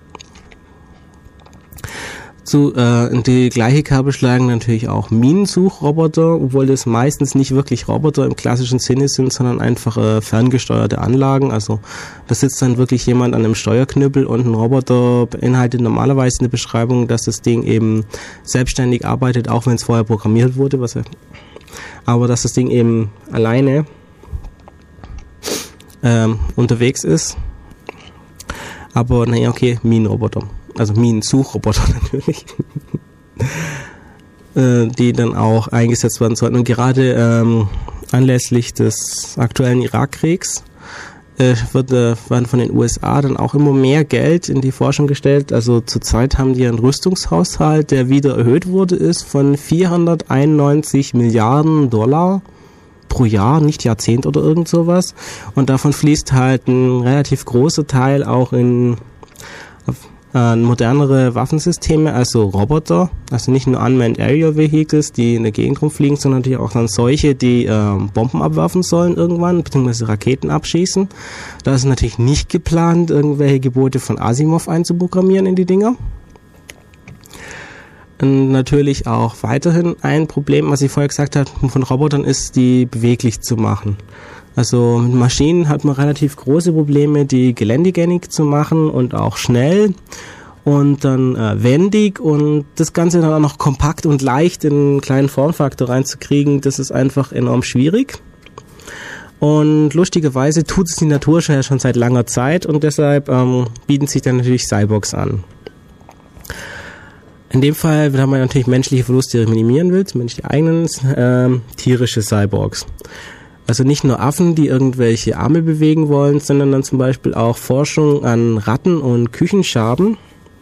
In die gleiche Kerbe schlagen natürlich auch Minensuchroboter, obwohl das meistens nicht wirklich Roboter im klassischen Sinne sind, sondern einfach ferngesteuerte Anlagen. Also da sitzt dann wirklich jemand an einem Steuerknüppel und ein Roboter beinhaltet normalerweise eine Beschreibung, dass das Ding eben selbstständig arbeitet, auch wenn es vorher programmiert wurde, aber dass das Ding eben alleine unterwegs ist. Aber naja, okay, Minenroboter. Also Minensuchroboter natürlich, die dann auch eingesetzt werden sollten. Und gerade anlässlich des aktuellen Irakkriegs werden von den USA dann auch immer mehr Geld in die Forschung gestellt. Also zurzeit haben die einen Rüstungshaushalt, der wieder erhöht wurde, ist von 491 Milliarden Dollar pro Jahr, nicht Jahrzehnt oder irgend sowas. Und davon fließt halt ein relativ großer Teil auch in modernere Waffensysteme, also Roboter, also nicht nur Unmanned Aerial Vehicles, die in der Gegend rumfliegen, sondern natürlich auch dann solche, die Bomben abwerfen sollen irgendwann, beziehungsweise Raketen abschießen. Da ist natürlich nicht geplant, irgendwelche Gebote von Asimov einzuprogrammieren in die Dinger. Und natürlich auch weiterhin ein Problem, was ich vorher gesagt habe, von Robotern ist, die beweglich zu machen. Also mit Maschinen hat man relativ große Probleme, die geländegängig zu machen und auch schnell und dann wendig und das Ganze dann auch noch kompakt und leicht in einen kleinen Formfaktor reinzukriegen, das ist einfach enorm schwierig. Und lustigerweise tut es die Natur schon seit langer Zeit und deshalb bieten sich dann natürlich Cyborgs an. In dem Fall, wenn man natürlich menschliche Verluste minimieren will, zumindest die eigenen, tierische Cyborgs. Also nicht nur Affen, die irgendwelche Arme bewegen wollen, sondern dann zum Beispiel auch Forschung an Ratten und Küchenschaben,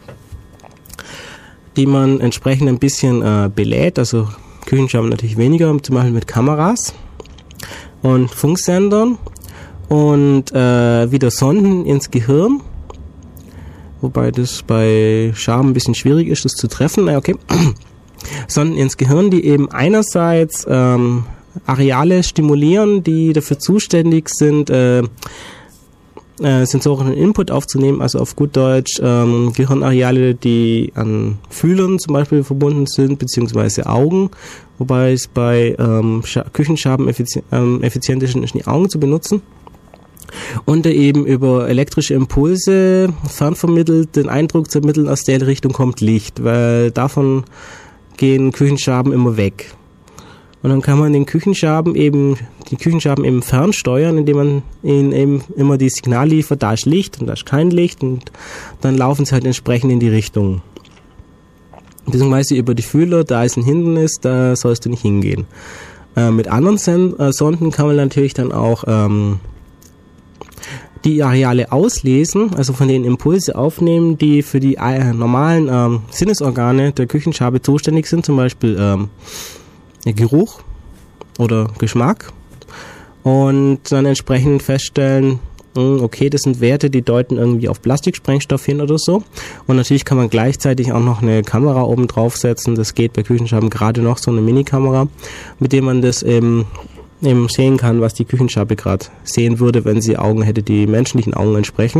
die man entsprechend ein bisschen belädt. Also Küchenschaben natürlich weniger, zum Beispiel mit Kameras und Funksendern und wieder Sonden ins Gehirn. Wobei das bei Schaben ein bisschen schwierig ist, das zu treffen. Naja, okay. Sonden ins Gehirn, die eben einerseits Areale stimulieren, die dafür zuständig sind, sensorischen Input aufzunehmen, also auf gut Deutsch Gehirnareale, die an Fühlern zum Beispiel verbunden sind, beziehungsweise Augen, wobei es bei Küchenschaben effizient ist, die Augen zu benutzen. Und eben über elektrische Impulse fernvermittelt den Eindruck zu ermitteln, aus der Richtung kommt Licht, weil davon gehen Küchenschaben immer weg. Und dann kann man die Küchenschaben eben fernsteuern, indem man ihnen eben immer die Signal liefert, da ist Licht und da ist kein Licht und dann laufen sie halt entsprechend in die Richtung. Beziehungsweise über die Fühler, da ist ein Hindernis, da sollst du nicht hingehen. Mit anderen Sonden kann man natürlich dann auch die Areale auslesen, also von den Impulse aufnehmen, die für die normalen Sinnesorgane der Küchenschabe zuständig sind, zum Beispiel Geruch oder Geschmack und dann entsprechend feststellen, okay, das sind Werte, die deuten irgendwie auf Plastiksprengstoff hin oder so. Und natürlich kann man gleichzeitig auch noch eine Kamera oben draufsetzen, das geht bei Küchenschaben gerade noch, so eine Mini-Kamera, mit der man das eben sehen kann, was die Küchenschabe gerade sehen würde, wenn sie Augen hätte, die menschlichen Augen entsprechen.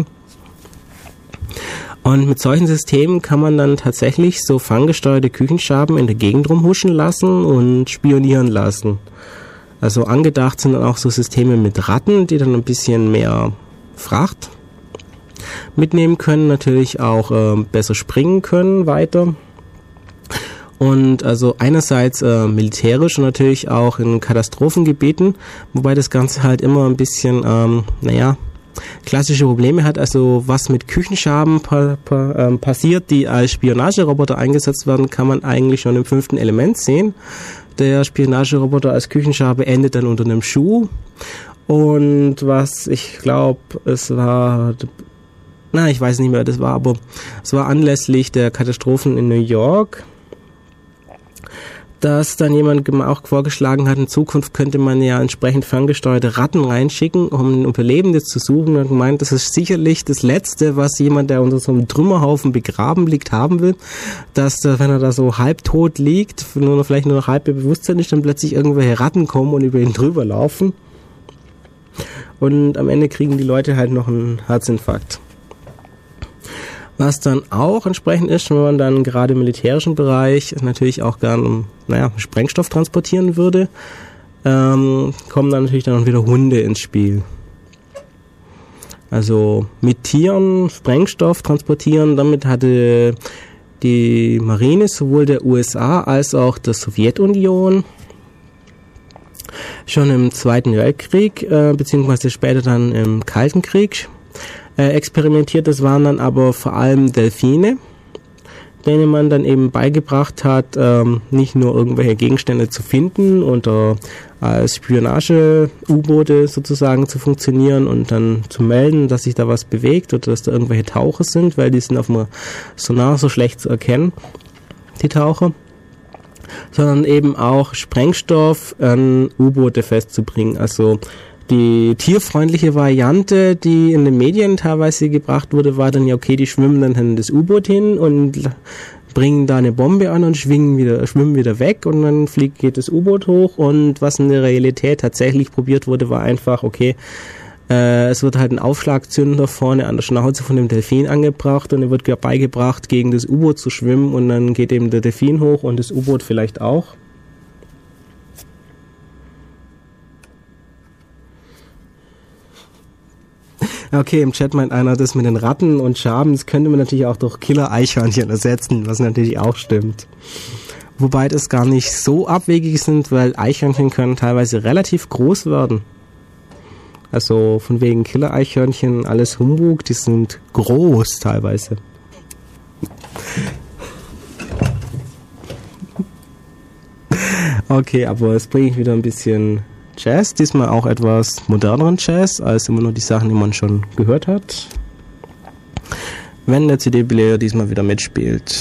Und mit solchen Systemen kann man dann tatsächlich so ferngesteuerte Küchenschaben in der Gegend rumhuschen lassen und spionieren lassen. Also angedacht sind dann auch so Systeme mit Ratten, die dann ein bisschen mehr Fracht mitnehmen können, natürlich auch besser springen können weiter. Und also einerseits militärisch und natürlich auch in Katastrophengebieten, wobei das Ganze halt immer ein bisschen, klassische Probleme hat. Also was mit Küchenschaben passiert, die als Spionageroboter eingesetzt werden, kann man eigentlich schon im 5. Element sehen. Der Spionageroboter als Küchenschabe endet dann unter einem Schuh. Und was ich glaube, es war... ich weiß nicht mehr, das war, aber es war anlässlich der Katastrophen in New York. dass dann jemand auch vorgeschlagen hat, in Zukunft könnte man ja entsprechend ferngesteuerte Ratten reinschicken, um Überlebende zu suchen, und gemeint, das ist sicherlich das Letzte, was jemand, der unter so einem Trümmerhaufen begraben liegt, haben will, dass, wenn er da so halbtot liegt, vielleicht nur noch halb bei Bewusstsein ist, dann plötzlich irgendwelche Ratten kommen und über ihn drüber laufen. Und am Ende kriegen die Leute halt noch einen Herzinfarkt. Was dann auch entsprechend ist, wenn man dann gerade im militärischen Bereich natürlich auch gern Sprengstoff transportieren würde, kommen dann natürlich dann wieder Hunde ins Spiel. Also mit Tieren Sprengstoff transportieren, damit hatte die Marine sowohl der USA als auch der Sowjetunion schon im Zweiten Weltkrieg, beziehungsweise später dann im Kalten Krieg, experimentiert. Das waren dann aber vor allem Delfine, denen man dann eben beigebracht hat, nicht nur irgendwelche Gegenstände zu finden und als Spionage-U-Boote sozusagen zu funktionieren und dann zu melden, dass sich da was bewegt oder dass da irgendwelche Taucher sind, weil die sind auf dem Sonar so schlecht zu erkennen, die Taucher, sondern eben auch Sprengstoff an U-Boote festzubringen. Also die tierfreundliche Variante, die in den Medien teilweise gebracht wurde, war dann ja, okay, die schwimmen dann in das U-Boot hin und bringen da eine Bombe an und schwimmen wieder weg und dann geht das U-Boot hoch, und was in der Realität tatsächlich probiert wurde, war einfach, okay, es wird halt ein Aufschlagzünder vorne an der Schnauze von dem Delfin angebracht und er wird beigebracht, gegen das U-Boot zu schwimmen, und dann geht eben der Delfin hoch und das U-Boot vielleicht auch. Okay, im Chat meint einer, das mit den Ratten und Schaben, das könnte man natürlich auch durch Killer-Eichhörnchen ersetzen, was natürlich auch stimmt. Wobei das gar nicht so abwegig sind, weil Eichhörnchen können teilweise relativ groß werden. Also von wegen Killer-Eichhörnchen, alles Humbug, die sind groß teilweise. Okay, aber jetzt bringe ich wieder ein bisschen Jazz, diesmal auch etwas moderneren Jazz, als immer nur die Sachen, die man schon gehört hat. Wenn der CD-Player diesmal wieder mitspielt.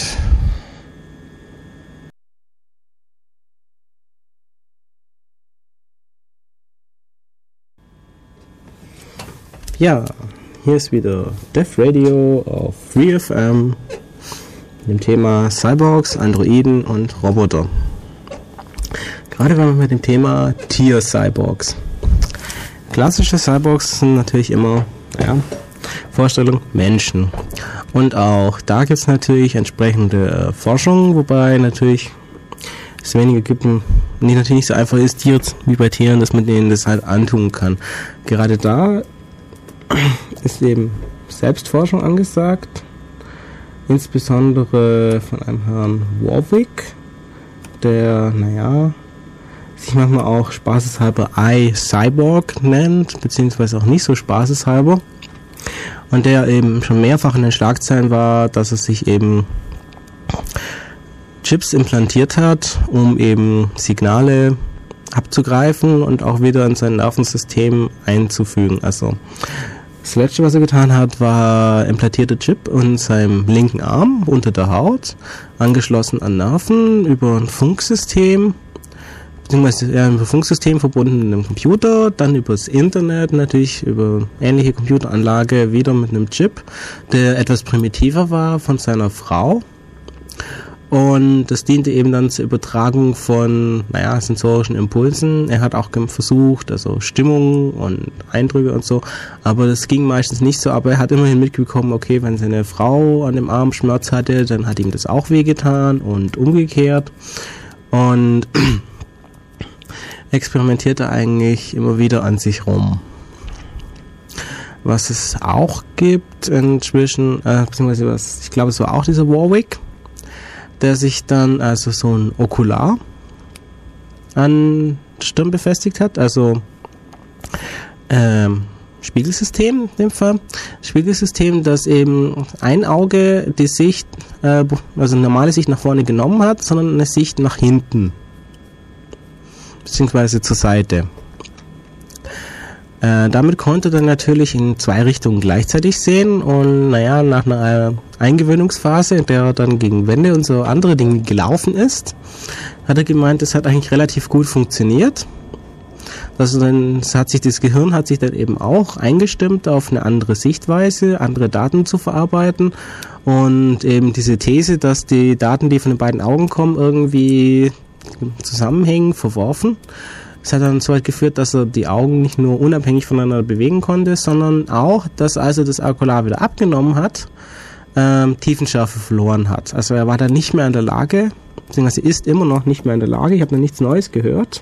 Ja, hier ist wieder Def Radio auf FreeFM mit dem Thema Cyborgs, Androiden und Roboter. Gerade wenn wir mit dem Thema Tier-Cyborgs. Klassische Cyborgs sind natürlich immer, Vorstellung Menschen. Und auch da gibt es natürlich entsprechende Forschung, wobei natürlich es weniger gibt, die natürlich nicht so einfach ist, Tiere wie bei Tieren, dass man denen das halt antun kann. Gerade da ist eben Selbstforschung angesagt, insbesondere von einem Herrn Warwick, der, sich manchmal auch spaßeshalber iCyborg nennt, beziehungsweise auch nicht so spaßeshalber, und der eben schon mehrfach in den Schlagzeilen war, dass er sich eben Chips implantiert hat, um eben Signale abzugreifen und auch wieder in sein Nervensystem einzufügen. Also das letzte, was er getan hat, war implantierte Chip in seinem linken Arm unter der Haut, angeschlossen an Nerven über ein Funksystem, beziehungsweise ein Funksystem verbunden mit einem Computer, dann übers Internet, natürlich über ähnliche Computeranlage wieder mit einem Chip, der etwas primitiver war, von seiner Frau. Und das diente eben dann zur Übertragung von, sensorischen Impulsen. Er hat auch versucht, also Stimmung und Eindrücke und so, aber das ging meistens nicht so. Aber er hat immerhin mitbekommen, okay, wenn seine Frau an dem Arm Schmerz hatte, dann hat ihm das auch wehgetan und umgekehrt. Und experimentierte eigentlich immer wieder an sich rum. Was es auch gibt inzwischen, beziehungsweise ich glaube, es war auch dieser Warwick, der sich dann also so ein Okular an der Stirn befestigt hat, also Spiegelsystem in dem Fall. Spiegelsystem, das eben ein Auge die Sicht, also eine normale Sicht nach vorne genommen hat, sondern eine Sicht nach hinten, beziehungsweise zur Seite. Damit konnte er dann natürlich in 2 Richtungen gleichzeitig sehen und nach einer Eingewöhnungsphase, in der er dann gegen Wände und so andere Dinge gelaufen ist, hat er gemeint, das hat eigentlich relativ gut funktioniert. Das Gehirn hat sich dann eben auch eingestimmt auf eine andere Sichtweise, andere Daten zu verarbeiten und eben diese These, dass die Daten, die von den beiden Augen kommen, irgendwie zusammenhängen, verworfen. Das hat dann so weit geführt, dass er die Augen nicht nur unabhängig voneinander bewegen konnte, sondern auch, dass als er das Okular wieder abgenommen hat, Tiefenschärfe verloren hat. Also er war dann nicht mehr in der Lage, beziehungsweise ist immer noch nicht mehr in der Lage, ich habe noch nichts Neues gehört,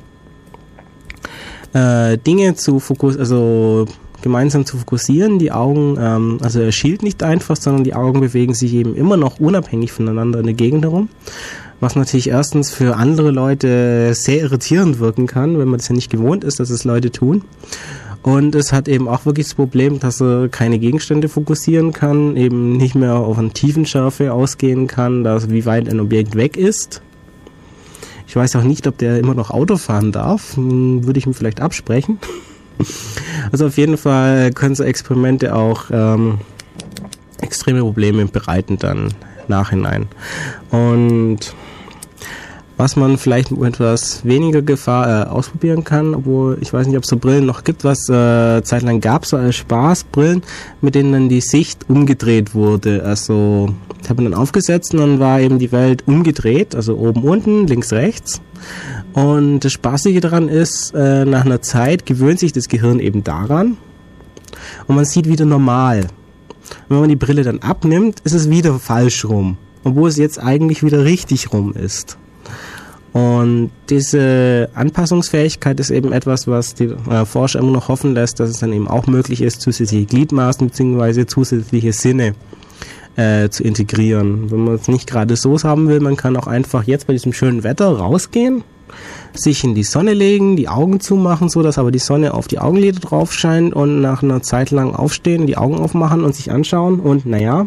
Dinge gemeinsam zu fokussieren. Die Augen, also er schielt nicht einfach, sondern die Augen bewegen sich eben immer noch unabhängig voneinander in der Gegend herum. Was natürlich erstens für andere Leute sehr irritierend wirken kann, wenn man das ja nicht gewohnt ist, dass es Leute tun. Und es hat eben auch wirklich das Problem, dass er keine Gegenstände fokussieren kann, eben nicht mehr auf eine Tiefenschärfe ausgehen kann, dass wie weit ein Objekt weg ist. Ich weiß auch nicht, ob der immer noch Auto fahren darf. Würde ich ihm vielleicht absprechen. Also auf jeden Fall können so Experimente auch extreme Probleme bereiten dann nachhinein. Und was man vielleicht mit etwas weniger Gefahr ausprobieren kann, obwohl ich weiß nicht, ob es so Brillen noch gibt, was zeitlang gab es so als Spaß, Brillen, mit denen dann die Sicht umgedreht wurde. Also das hat man dann aufgesetzt und dann war eben die Welt umgedreht, also oben, unten, links, rechts. Und das Spaßige daran ist, nach einer Zeit gewöhnt sich das Gehirn eben daran und man sieht wieder normal. Und wenn man die Brille dann abnimmt, ist es wieder falsch rum, obwohl es jetzt eigentlich wieder richtig rum ist. Und diese Anpassungsfähigkeit ist eben etwas, was die Forscher immer noch hoffen lässt, dass es dann eben auch möglich ist, zusätzliche Gliedmaßen bzw. zusätzliche Sinne zu integrieren. Wenn man es nicht gerade so haben will, man kann auch einfach jetzt bei diesem schönen Wetter rausgehen, sich in die Sonne legen, die Augen zumachen, so dass aber die Sonne auf die Augenlider drauf scheint und nach einer Zeit lang aufstehen, die Augen aufmachen und sich anschauen und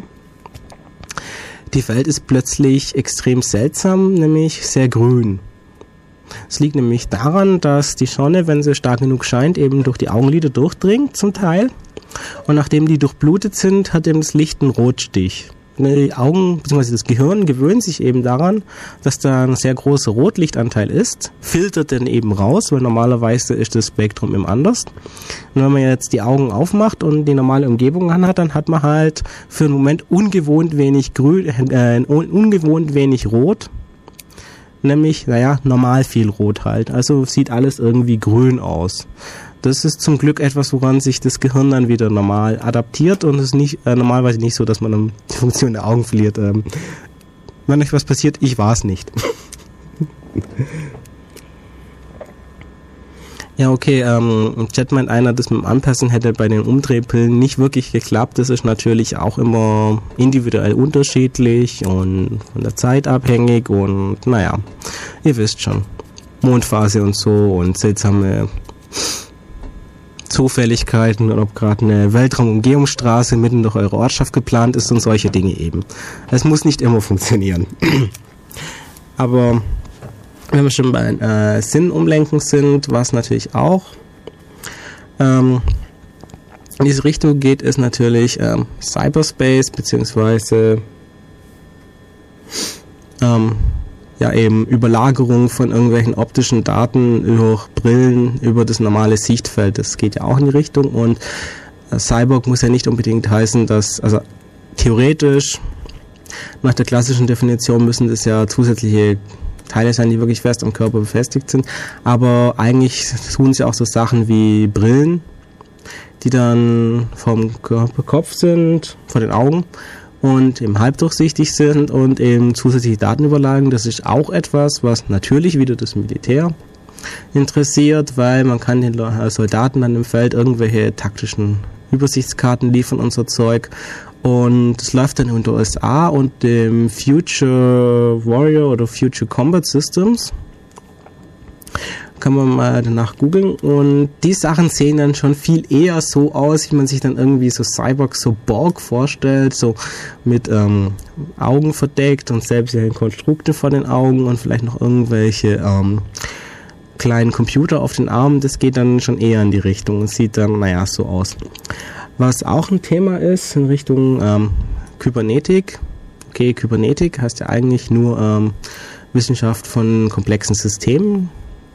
die Welt ist plötzlich extrem seltsam, nämlich sehr grün. Es liegt nämlich daran, dass die Sonne, wenn sie stark genug scheint, eben durch die Augenlider durchdringt zum Teil. Und nachdem die durchblutet sind, hat eben das Licht einen Rotstich. Die Augen bzw. das Gehirn gewöhnt sich eben daran, dass da ein sehr großer Rotlichtanteil ist, filtert den eben raus, weil normalerweise ist das Spektrum eben anders. Und wenn man jetzt die Augen aufmacht und die normale Umgebung anhat, dann hat man halt für einen Moment ungewohnt wenig ungewohnt wenig Rot. Nämlich, normal viel Rot halt. Also sieht alles irgendwie grün aus. Das ist zum Glück etwas, woran sich das Gehirn dann wieder normal adaptiert und es ist nicht normalerweise nicht so, dass man die Funktion der Augen verliert. Wenn euch was passiert, ich war es nicht. Ja, okay, im Chat meint einer, das mit dem Anpassen hätte bei den Umdrehpillen nicht wirklich geklappt. Das ist natürlich auch immer individuell unterschiedlich und von der Zeit abhängig und ihr wisst schon. Mondphase und so und seltsame Zufälligkeiten und ob gerade eine Weltraumumgehungsstraße mitten durch eure Ortschaft geplant ist und solche Dinge eben. Es muss nicht immer funktionieren. Aber wenn wir schon bei Sinnumlenken sind, was natürlich auch in diese Richtung geht, ist natürlich Cyberspace, beziehungsweise eben Überlagerung von irgendwelchen optischen Daten durch Brillen über das normale Sichtfeld. Das geht ja auch in die Richtung und Cyborg muss ja nicht unbedingt heißen, dass, also theoretisch nach der klassischen Definition müssen das ja zusätzliche Teile sein, die wirklich fest am Körper befestigt sind, aber eigentlich tun sie auch so Sachen wie Brillen, die dann vom Kopf sind, vor den Augen und eben halbdurchsichtig sind und eben zusätzliche Datenüberlagen. Das ist auch etwas, was natürlich wieder das Militär interessiert, weil man kann den Soldaten dann im Feld irgendwelche taktischen Übersichtskarten liefern und so Zeug. Und es läuft dann unter USA und dem Future Warrior oder Future Combat Systems. Kann man mal danach googeln. Und die Sachen sehen dann schon viel eher so aus, wie man sich dann irgendwie so Cyborg, so Borg vorstellt, so mit Augen verdeckt und selbst Konstrukte vor den Augen und vielleicht noch irgendwelche kleinen Computer auf den Arm, das geht dann schon eher in die Richtung und sieht dann, so aus. Was auch ein Thema ist in Richtung Kybernetik. Okay, Kybernetik heißt ja eigentlich nur Wissenschaft von komplexen Systemen.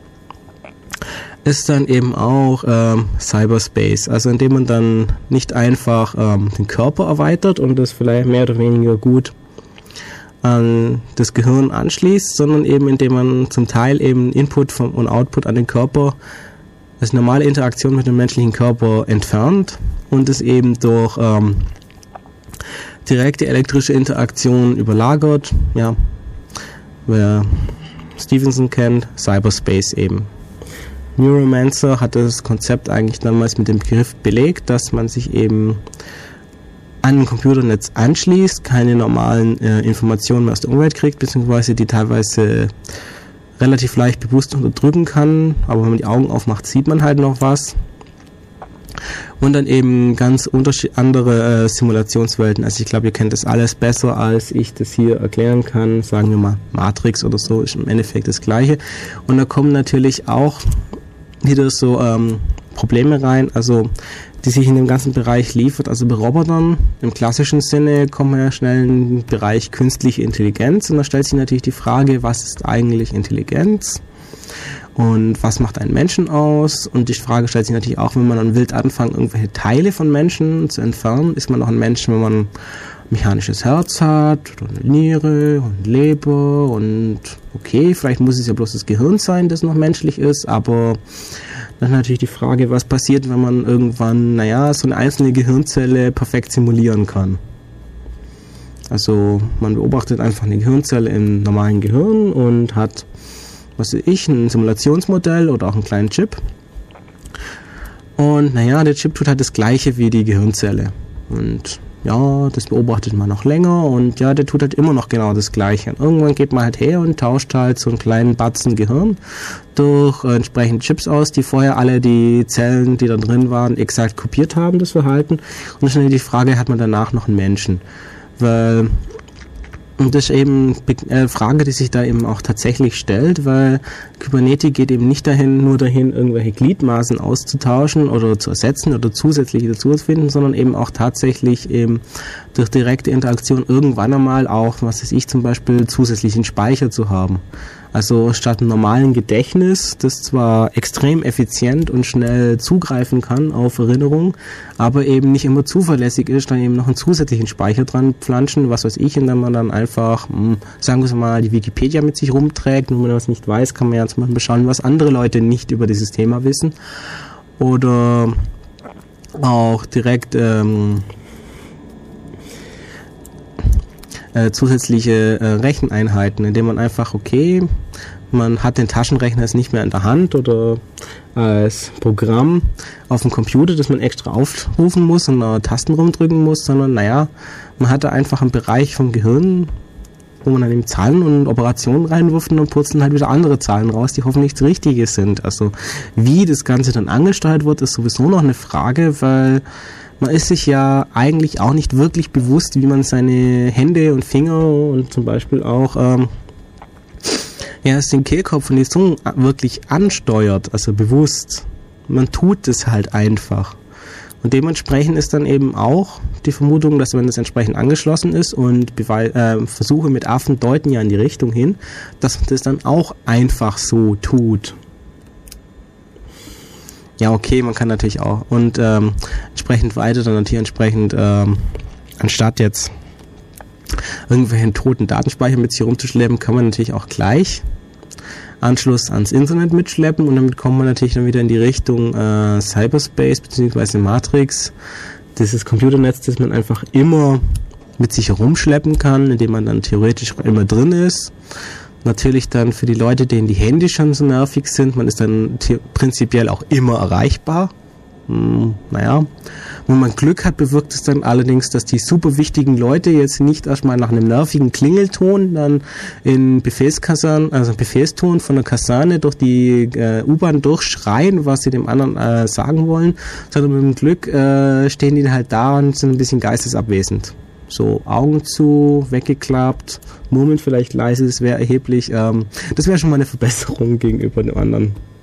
Ist dann eben auch Cyberspace, also indem man dann nicht einfach den Körper erweitert und das vielleicht mehr oder weniger gut an das Gehirn anschließt, sondern eben indem man zum Teil eben Input und Output an den Körper, also normale Interaktion mit dem menschlichen Körper entfernt und es eben durch direkte elektrische Interaktion überlagert. Ja, wer Stevenson kennt, Cyberspace eben. Neuromancer hat das Konzept eigentlich damals mit dem Begriff belegt, dass man sich eben an ein Computernetz anschließt, keine normalen Informationen mehr aus der Umwelt kriegt, beziehungsweise die teilweise relativ leicht bewusst unterdrücken kann, aber wenn man die Augen aufmacht, sieht man halt noch was. Und dann eben ganz andere Simulationswelten. Also ich glaube, ihr kennt das alles besser, als ich das hier erklären kann. Sagen wir mal Matrix oder so, ist im Endeffekt das Gleiche. Und da kommen natürlich auch wieder so Probleme rein, also die sich in dem ganzen Bereich liefert. Also bei Robotern im klassischen Sinne kommen wir ja schnell in den Bereich künstliche Intelligenz. Und da stellt sich natürlich die Frage, was ist eigentlich Intelligenz? Und was macht einen Menschen aus? Und die Frage stellt sich natürlich auch, wenn man dann wild anfängt, irgendwelche Teile von Menschen zu entfernen. Ist man noch ein Mensch, wenn man ein mechanisches Herz hat, oder eine Niere und Leber und okay, vielleicht muss es ja bloß das Gehirn sein, das noch menschlich ist, aber dann ist natürlich die Frage, was passiert, wenn man irgendwann, so eine einzelne Gehirnzelle perfekt simulieren kann. Also man beobachtet einfach eine Gehirnzelle im normalen Gehirn und hat ein Simulationsmodell oder auch einen kleinen Chip. Und der Chip tut halt das Gleiche wie die Gehirnzelle. Und das beobachtet man noch länger und der tut halt immer noch genau das Gleiche. Und irgendwann geht man halt her und tauscht halt so einen kleinen Batzen Gehirn durch entsprechende Chips aus, die vorher alle die Zellen, die da drin waren, exakt kopiert haben, das Verhalten. Und dann ist dann die Frage, hat man danach noch einen Menschen? Weil und das ist eben eine Frage, die sich da eben auch tatsächlich stellt, weil Kybernetik geht eben nicht nur dahin, irgendwelche Gliedmaßen auszutauschen oder zu ersetzen oder zusätzlich dazu zu finden, sondern eben auch tatsächlich eben durch direkte Interaktion irgendwann einmal auch, zum Beispiel zusätzlichen Speicher zu haben. Also statt einem normalen Gedächtnis, das zwar extrem effizient und schnell zugreifen kann auf Erinnerung, aber eben nicht immer zuverlässig ist, dann eben noch einen zusätzlichen Speicher dran pflanzen, und dann man dann einfach, sagen wir mal, die Wikipedia mit sich rumträgt, nur wenn man das nicht weiß, kann man ja zum Beispiel schauen, was andere Leute nicht über dieses Thema wissen. Oder auch direkt zusätzliche Recheneinheiten, indem man einfach, man hat den Taschenrechner jetzt nicht mehr in der Hand oder als Programm auf dem Computer, das man extra aufrufen muss und Tasten rumdrücken muss, sondern man hat da einfach einen Bereich vom Gehirn, wo man dann eben Zahlen und Operationen reinwirft und dann purzeln halt wieder andere Zahlen raus, die hoffentlich das Richtige sind. Also wie das Ganze dann angesteuert wird, ist sowieso noch eine Frage, weil man ist sich ja eigentlich auch nicht wirklich bewusst, wie man seine Hände und Finger und zum Beispiel auch den Kehlkopf und die Zunge wirklich ansteuert, also bewusst. Man tut es halt einfach. Und dementsprechend ist dann eben auch die Vermutung, dass wenn das entsprechend angeschlossen ist und Versuche mit Affen deuten ja in die Richtung hin, dass man das dann auch einfach so tut. Ja, okay, man kann natürlich auch. Und entsprechend weiter dann natürlich anstatt jetzt irgendwelchen toten Datenspeicher mit sich rumzuschleppen, kann man natürlich auch gleich Anschluss ans Internet mitschleppen und damit kommt man natürlich dann wieder in die Richtung Cyberspace bzw. Matrix, dieses Computernetz, das man einfach immer mit sich herumschleppen kann, indem man dann theoretisch immer drin ist. Natürlich dann für die Leute, denen die Hände schon so nervig sind, man ist dann prinzipiell auch immer erreichbar. Wenn man Glück hat, bewirkt es dann allerdings, dass die super wichtigen Leute jetzt nicht erstmal nach einem nervigen Klingelton dann in Befehlston von der Kaserne durch die U-Bahn durchschreien, was sie dem anderen sagen wollen, sondern mit dem Glück stehen die halt da und sind ein bisschen geistesabwesend. So, Augen zu, weggeklappt, murmeln vielleicht leise, das wäre erheblich, das wäre schon mal eine Verbesserung gegenüber dem anderen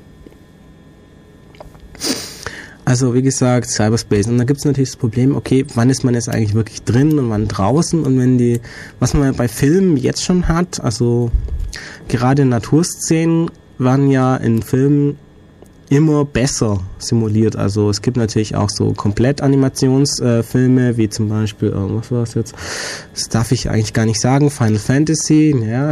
Also wie gesagt, Cyberspace. Und da gibt es natürlich das Problem, okay, wann ist man jetzt eigentlich wirklich drin und wann draußen? Und wenn was man bei Filmen jetzt schon hat, also gerade Naturszenen waren ja in Filmen immer besser simuliert. Also es gibt natürlich auch so Komplett-Animationsfilme, wie zum Beispiel, was war das jetzt? Das darf ich eigentlich gar nicht sagen, Final Fantasy, ja.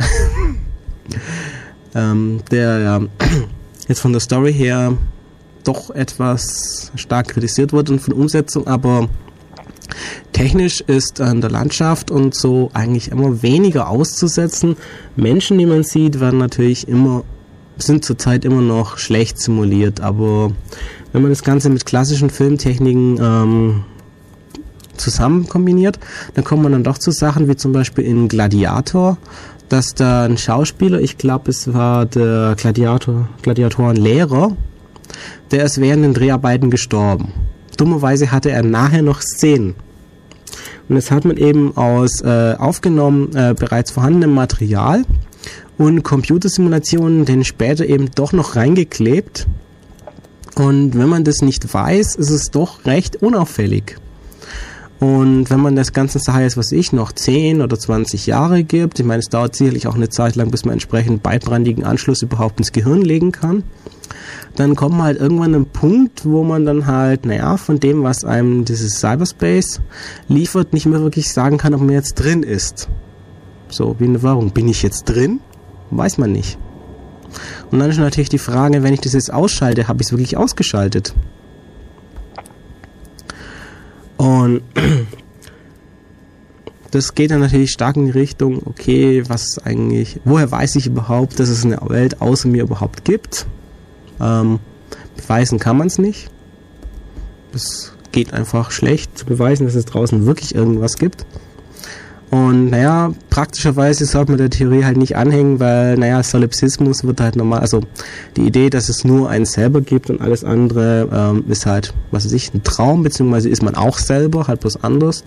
Der ja jetzt von der Story her doch etwas stark kritisiert wurde und von Umsetzung, aber technisch ist an der Landschaft und so eigentlich immer weniger auszusetzen. Menschen, die man sieht, sind zurzeit immer noch schlecht simuliert, aber wenn man das Ganze mit klassischen Filmtechniken zusammen kombiniert, dann kommt man dann doch zu Sachen wie zum Beispiel in Gladiator, dass da ein Schauspieler, ich glaube es war der Gladiatorenlehrer, der ist während den Dreharbeiten gestorben. Dummerweise hatte er nachher noch Szenen. Und das hat man eben aus aufgenommen bereits vorhandenem Material und Computersimulationen den später eben doch noch reingeklebt. Und wenn man das nicht weiß, ist es doch recht unauffällig. Und wenn man das Ganze, noch 10 oder 20 Jahre gibt, ich meine, es dauert sicherlich auch eine Zeit lang, bis man entsprechend beidbandigen Anschluss überhaupt ins Gehirn legen kann, dann kommt man halt irgendwann an einen Punkt, wo man dann halt, von dem, was einem dieses Cyberspace liefert, nicht mehr wirklich sagen kann, ob man jetzt drin ist. So, wie eine Währung. Bin ich jetzt drin? Weiß man nicht. Und dann ist natürlich die Frage, wenn ich das jetzt ausschalte, habe ich es wirklich ausgeschaltet? Und das geht dann natürlich stark in die Richtung, okay, woher weiß ich überhaupt, dass es eine Welt außer mir überhaupt gibt? Beweisen kann man es nicht. Es geht einfach schlecht zu beweisen, dass es draußen wirklich irgendwas gibt. Und praktischerweise sollte man der Theorie halt nicht anhängen, weil, Solipsismus wird halt normal, also die Idee, dass es nur einen selber gibt und alles andere ist halt, ein Traum, beziehungsweise ist man auch selber, halt bloß anders.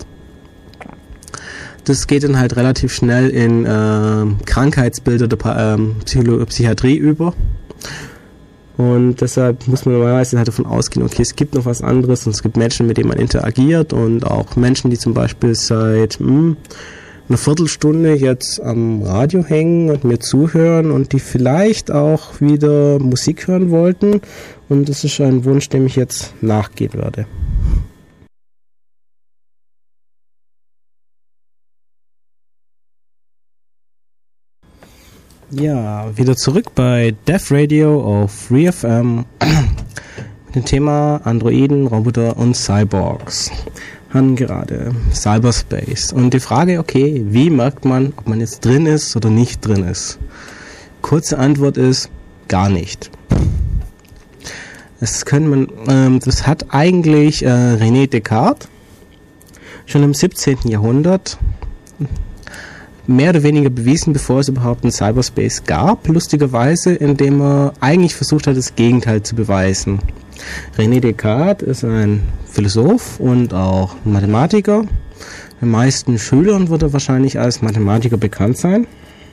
Das geht dann halt relativ schnell in Krankheitsbilder der Psychiatrie über. Und deshalb muss man normalerweise halt davon ausgehen, okay, es gibt noch was anderes und es gibt Menschen, mit denen man interagiert und auch Menschen, die zum Beispiel seit einer Viertelstunde jetzt am Radio hängen und mir zuhören und die vielleicht auch wieder Musik hören wollten. Und das ist ein Wunsch, dem ich jetzt nachgehen werde. Ja, wieder zurück bei Dev Radio auf FreeFM mit dem Thema Androiden, Roboter und Cyborgs. Haben gerade Cyberspace. Und die Frage, okay, wie merkt man, ob man jetzt drin ist oder nicht drin ist? Kurze Antwort ist, gar nicht. Das hat eigentlich René Descartes schon im 17. Jahrhundert mehr oder weniger bewiesen, bevor es überhaupt einen Cyberspace gab, lustigerweise, indem er eigentlich versucht hat, das Gegenteil zu beweisen. René Descartes ist ein Philosoph und auch Mathematiker. Den meisten Schülern wird er wahrscheinlich als Mathematiker bekannt sein.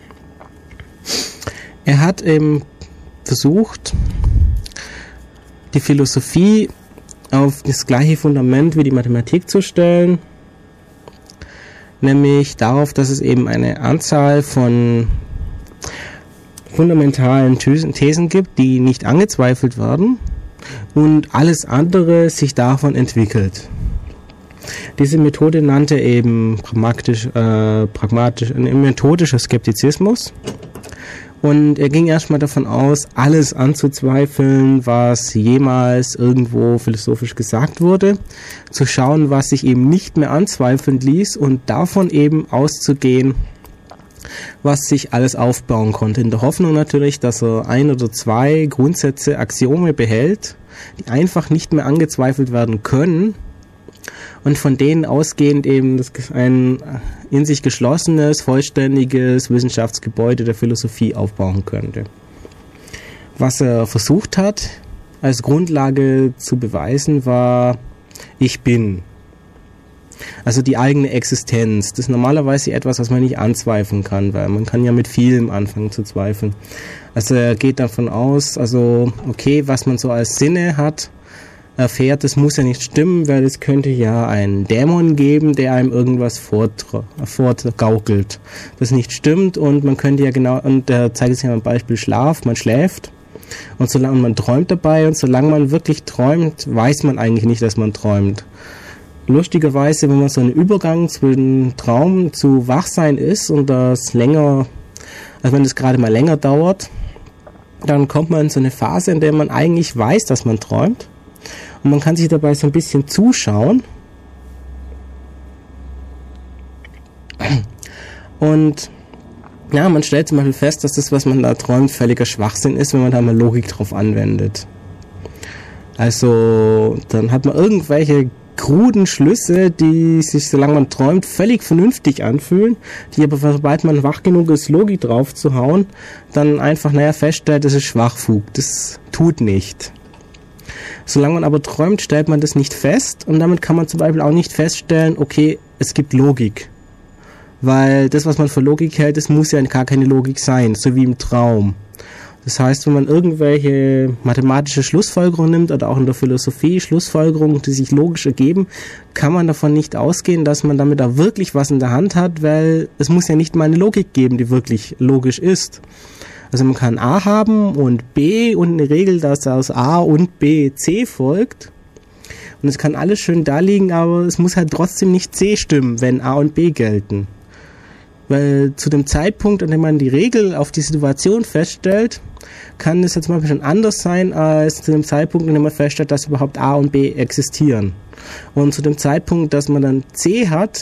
Er hat eben versucht, die Philosophie auf das gleiche Fundament wie die Mathematik zu stellen, nämlich darauf, dass es eben eine Anzahl von fundamentalen Thesen gibt, die nicht angezweifelt werden und alles andere sich davon entwickelt. Diese Methode nannte eben methodischer Skeptizismus. Und er ging erstmal davon aus, alles anzuzweifeln, was jemals irgendwo philosophisch gesagt wurde, zu schauen, was sich eben nicht mehr anzweifeln ließ und davon eben auszugehen, was sich alles aufbauen konnte. In der Hoffnung natürlich, dass er 1 oder 2 Grundsätze, Axiome behält, die einfach nicht mehr angezweifelt werden können, und von denen ausgehend eben ein in sich geschlossenes, vollständiges Wissenschaftsgebäude der Philosophie aufbauen könnte. Was er versucht hat, als Grundlage zu beweisen, war, ich bin. Also die eigene Existenz. Das ist normalerweise etwas, was man nicht anzweifeln kann, weil man kann ja mit vielem anfangen zu zweifeln. Also er geht davon aus, okay, was man so als Sinne hat, erfährt, das muss ja nicht stimmen, weil es könnte ja einen Dämon geben, der einem irgendwas vorgaukelt, das nicht stimmt, und man könnte ja genau, und da zeigt es ja am Beispiel Schlaf, man schläft und solange man träumt dabei, und solange man wirklich träumt, weiß man eigentlich nicht, dass man träumt. Lustigerweise, wenn man so einen Übergang zwischen Traum zu Wachsein ist und das länger, also wenn das gerade mal länger dauert, dann kommt man in so eine Phase, in der man eigentlich weiß, dass man träumt, und man kann sich dabei so ein bisschen zuschauen und ja, man stellt zum Beispiel fest, dass das, was man da träumt, völliger Schwachsinn ist, wenn man da mal Logik drauf anwendet. Also dann hat man irgendwelche kruden Schlüsse, die sich, solange man träumt, völlig vernünftig anfühlen, die aber, sobald man wach genug ist, Logik drauf zu hauen, dann einfach, feststellt, das ist Schwachfug, das tut nicht. Solange man aber träumt, stellt man das nicht fest, und damit kann man zum Beispiel auch nicht feststellen, okay, es gibt Logik. Weil das, was man für Logik hält, das muss ja gar keine Logik sein, so wie im Traum. Das heißt, wenn man irgendwelche mathematische Schlussfolgerungen nimmt oder auch in der Philosophie Schlussfolgerungen, die sich logisch ergeben, kann man davon nicht ausgehen, dass man damit auch wirklich was in der Hand hat, weil es muss ja nicht mal eine Logik geben, die wirklich logisch ist. Also man kann A haben und B und eine Regel, dass aus A und B C folgt. Und es kann alles schön da liegen, aber es muss halt trotzdem nicht C stimmen, wenn A und B gelten. Weil zu dem Zeitpunkt, an dem man die Regel auf die Situation feststellt, kann es jetzt mal schon anders sein, als zu dem Zeitpunkt, an dem man feststellt, dass überhaupt A und B existieren. Und zu dem Zeitpunkt, dass man dann C hat,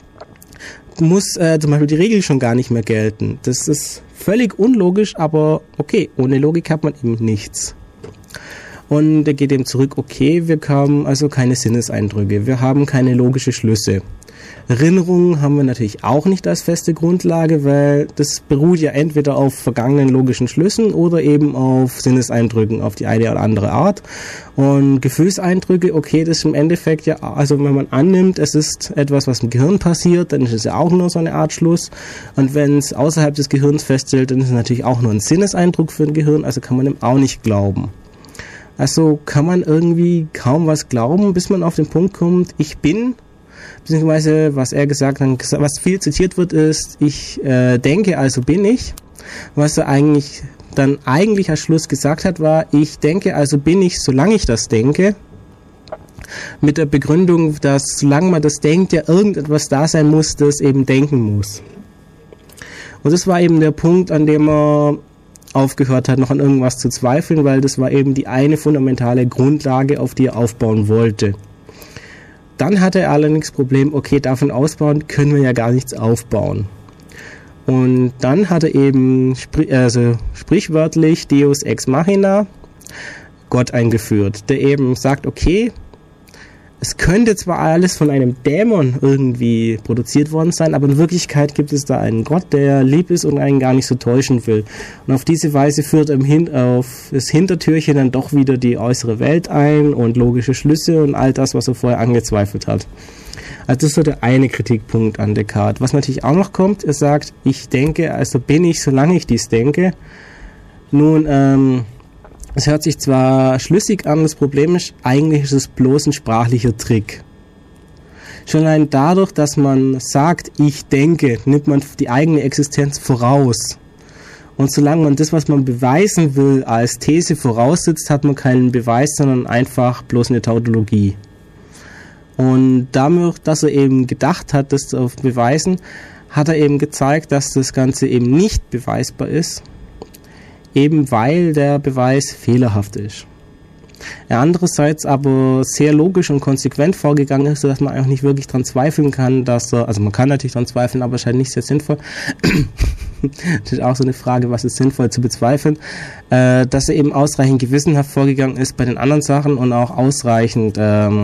muss zum Beispiel die Regel schon gar nicht mehr gelten. Das ist völlig unlogisch, aber okay, ohne Logik hat man eben nichts. Und er geht eben zurück, okay, wir haben also keine Sinneseindrücke, wir haben keine logischen Schlüsse. Erinnerungen haben wir natürlich auch nicht als feste Grundlage, weil das beruht ja entweder auf vergangenen logischen Schlüssen oder eben auf Sinneseindrücken auf die eine oder andere Art. Und Gefühlseindrücke, okay, das ist im Endeffekt ja, also wenn man annimmt, es ist etwas, was im Gehirn passiert, dann ist es ja auch nur so eine Art Schluss. Und wenn es außerhalb des Gehirns feststellt, dann ist es natürlich auch nur ein Sinneseindruck für ein Gehirn, also kann man dem auch nicht glauben. Also kann man irgendwie kaum was glauben, bis man auf den Punkt kommt, ich bin, beziehungsweise was er gesagt hat, was viel zitiert wird, ist, ich denke, also bin ich. Was er eigentlich dann als Schluss gesagt hat, war, ich denke, also bin ich, solange ich das denke. Mit der Begründung, dass solange man das denkt, ja irgendetwas da sein muss, das eben denken muss. Und das war eben der Punkt, an dem er aufgehört hat, noch an irgendwas zu zweifeln, weil das war eben die eine fundamentale Grundlage, auf die er aufbauen wollte. Dann hatte er allerdings das Problem, okay, davon ausbauen können wir ja gar nichts aufbauen. Und dann hat er eben sprichwörtlich Deus ex machina, Gott eingeführt, der eben sagt, okay, es könnte zwar alles von einem Dämon irgendwie produziert worden sein, aber in Wirklichkeit gibt es da einen Gott, der lieb ist und einen gar nicht so täuschen will. Und auf diese Weise führt er auf das Hintertürchen dann doch wieder die äußere Welt ein und logische Schlüsse und all das, was er vorher angezweifelt hat. Also das ist so der eine Kritikpunkt an Descartes. Was natürlich auch noch kommt, er sagt, ich denke, also bin ich, solange ich dies denke. Nun, es hört sich zwar schlüssig an, das Problem ist, eigentlich ist es bloß ein sprachlicher Trick. Schon allein dadurch, dass man sagt, ich denke, nimmt man die eigene Existenz voraus. Und solange man das, was man beweisen will, als These voraussetzt, hat man keinen Beweis, sondern einfach bloß eine Tautologie. Und dadurch, dass er eben gedacht hat, das zu beweisen, hat er eben gezeigt, dass das Ganze eben nicht beweisbar ist, eben weil der Beweis fehlerhaft ist. Er andererseits aber sehr logisch und konsequent vorgegangen ist, sodass man eigentlich nicht wirklich dran zweifeln kann, dass er, also man kann natürlich dran zweifeln, aber scheint nicht sehr sinnvoll. Das ist auch so eine Frage, was ist sinnvoll zu bezweifeln, dass er eben ausreichend gewissenhaft vorgegangen ist bei den anderen Sachen und auch ausreichend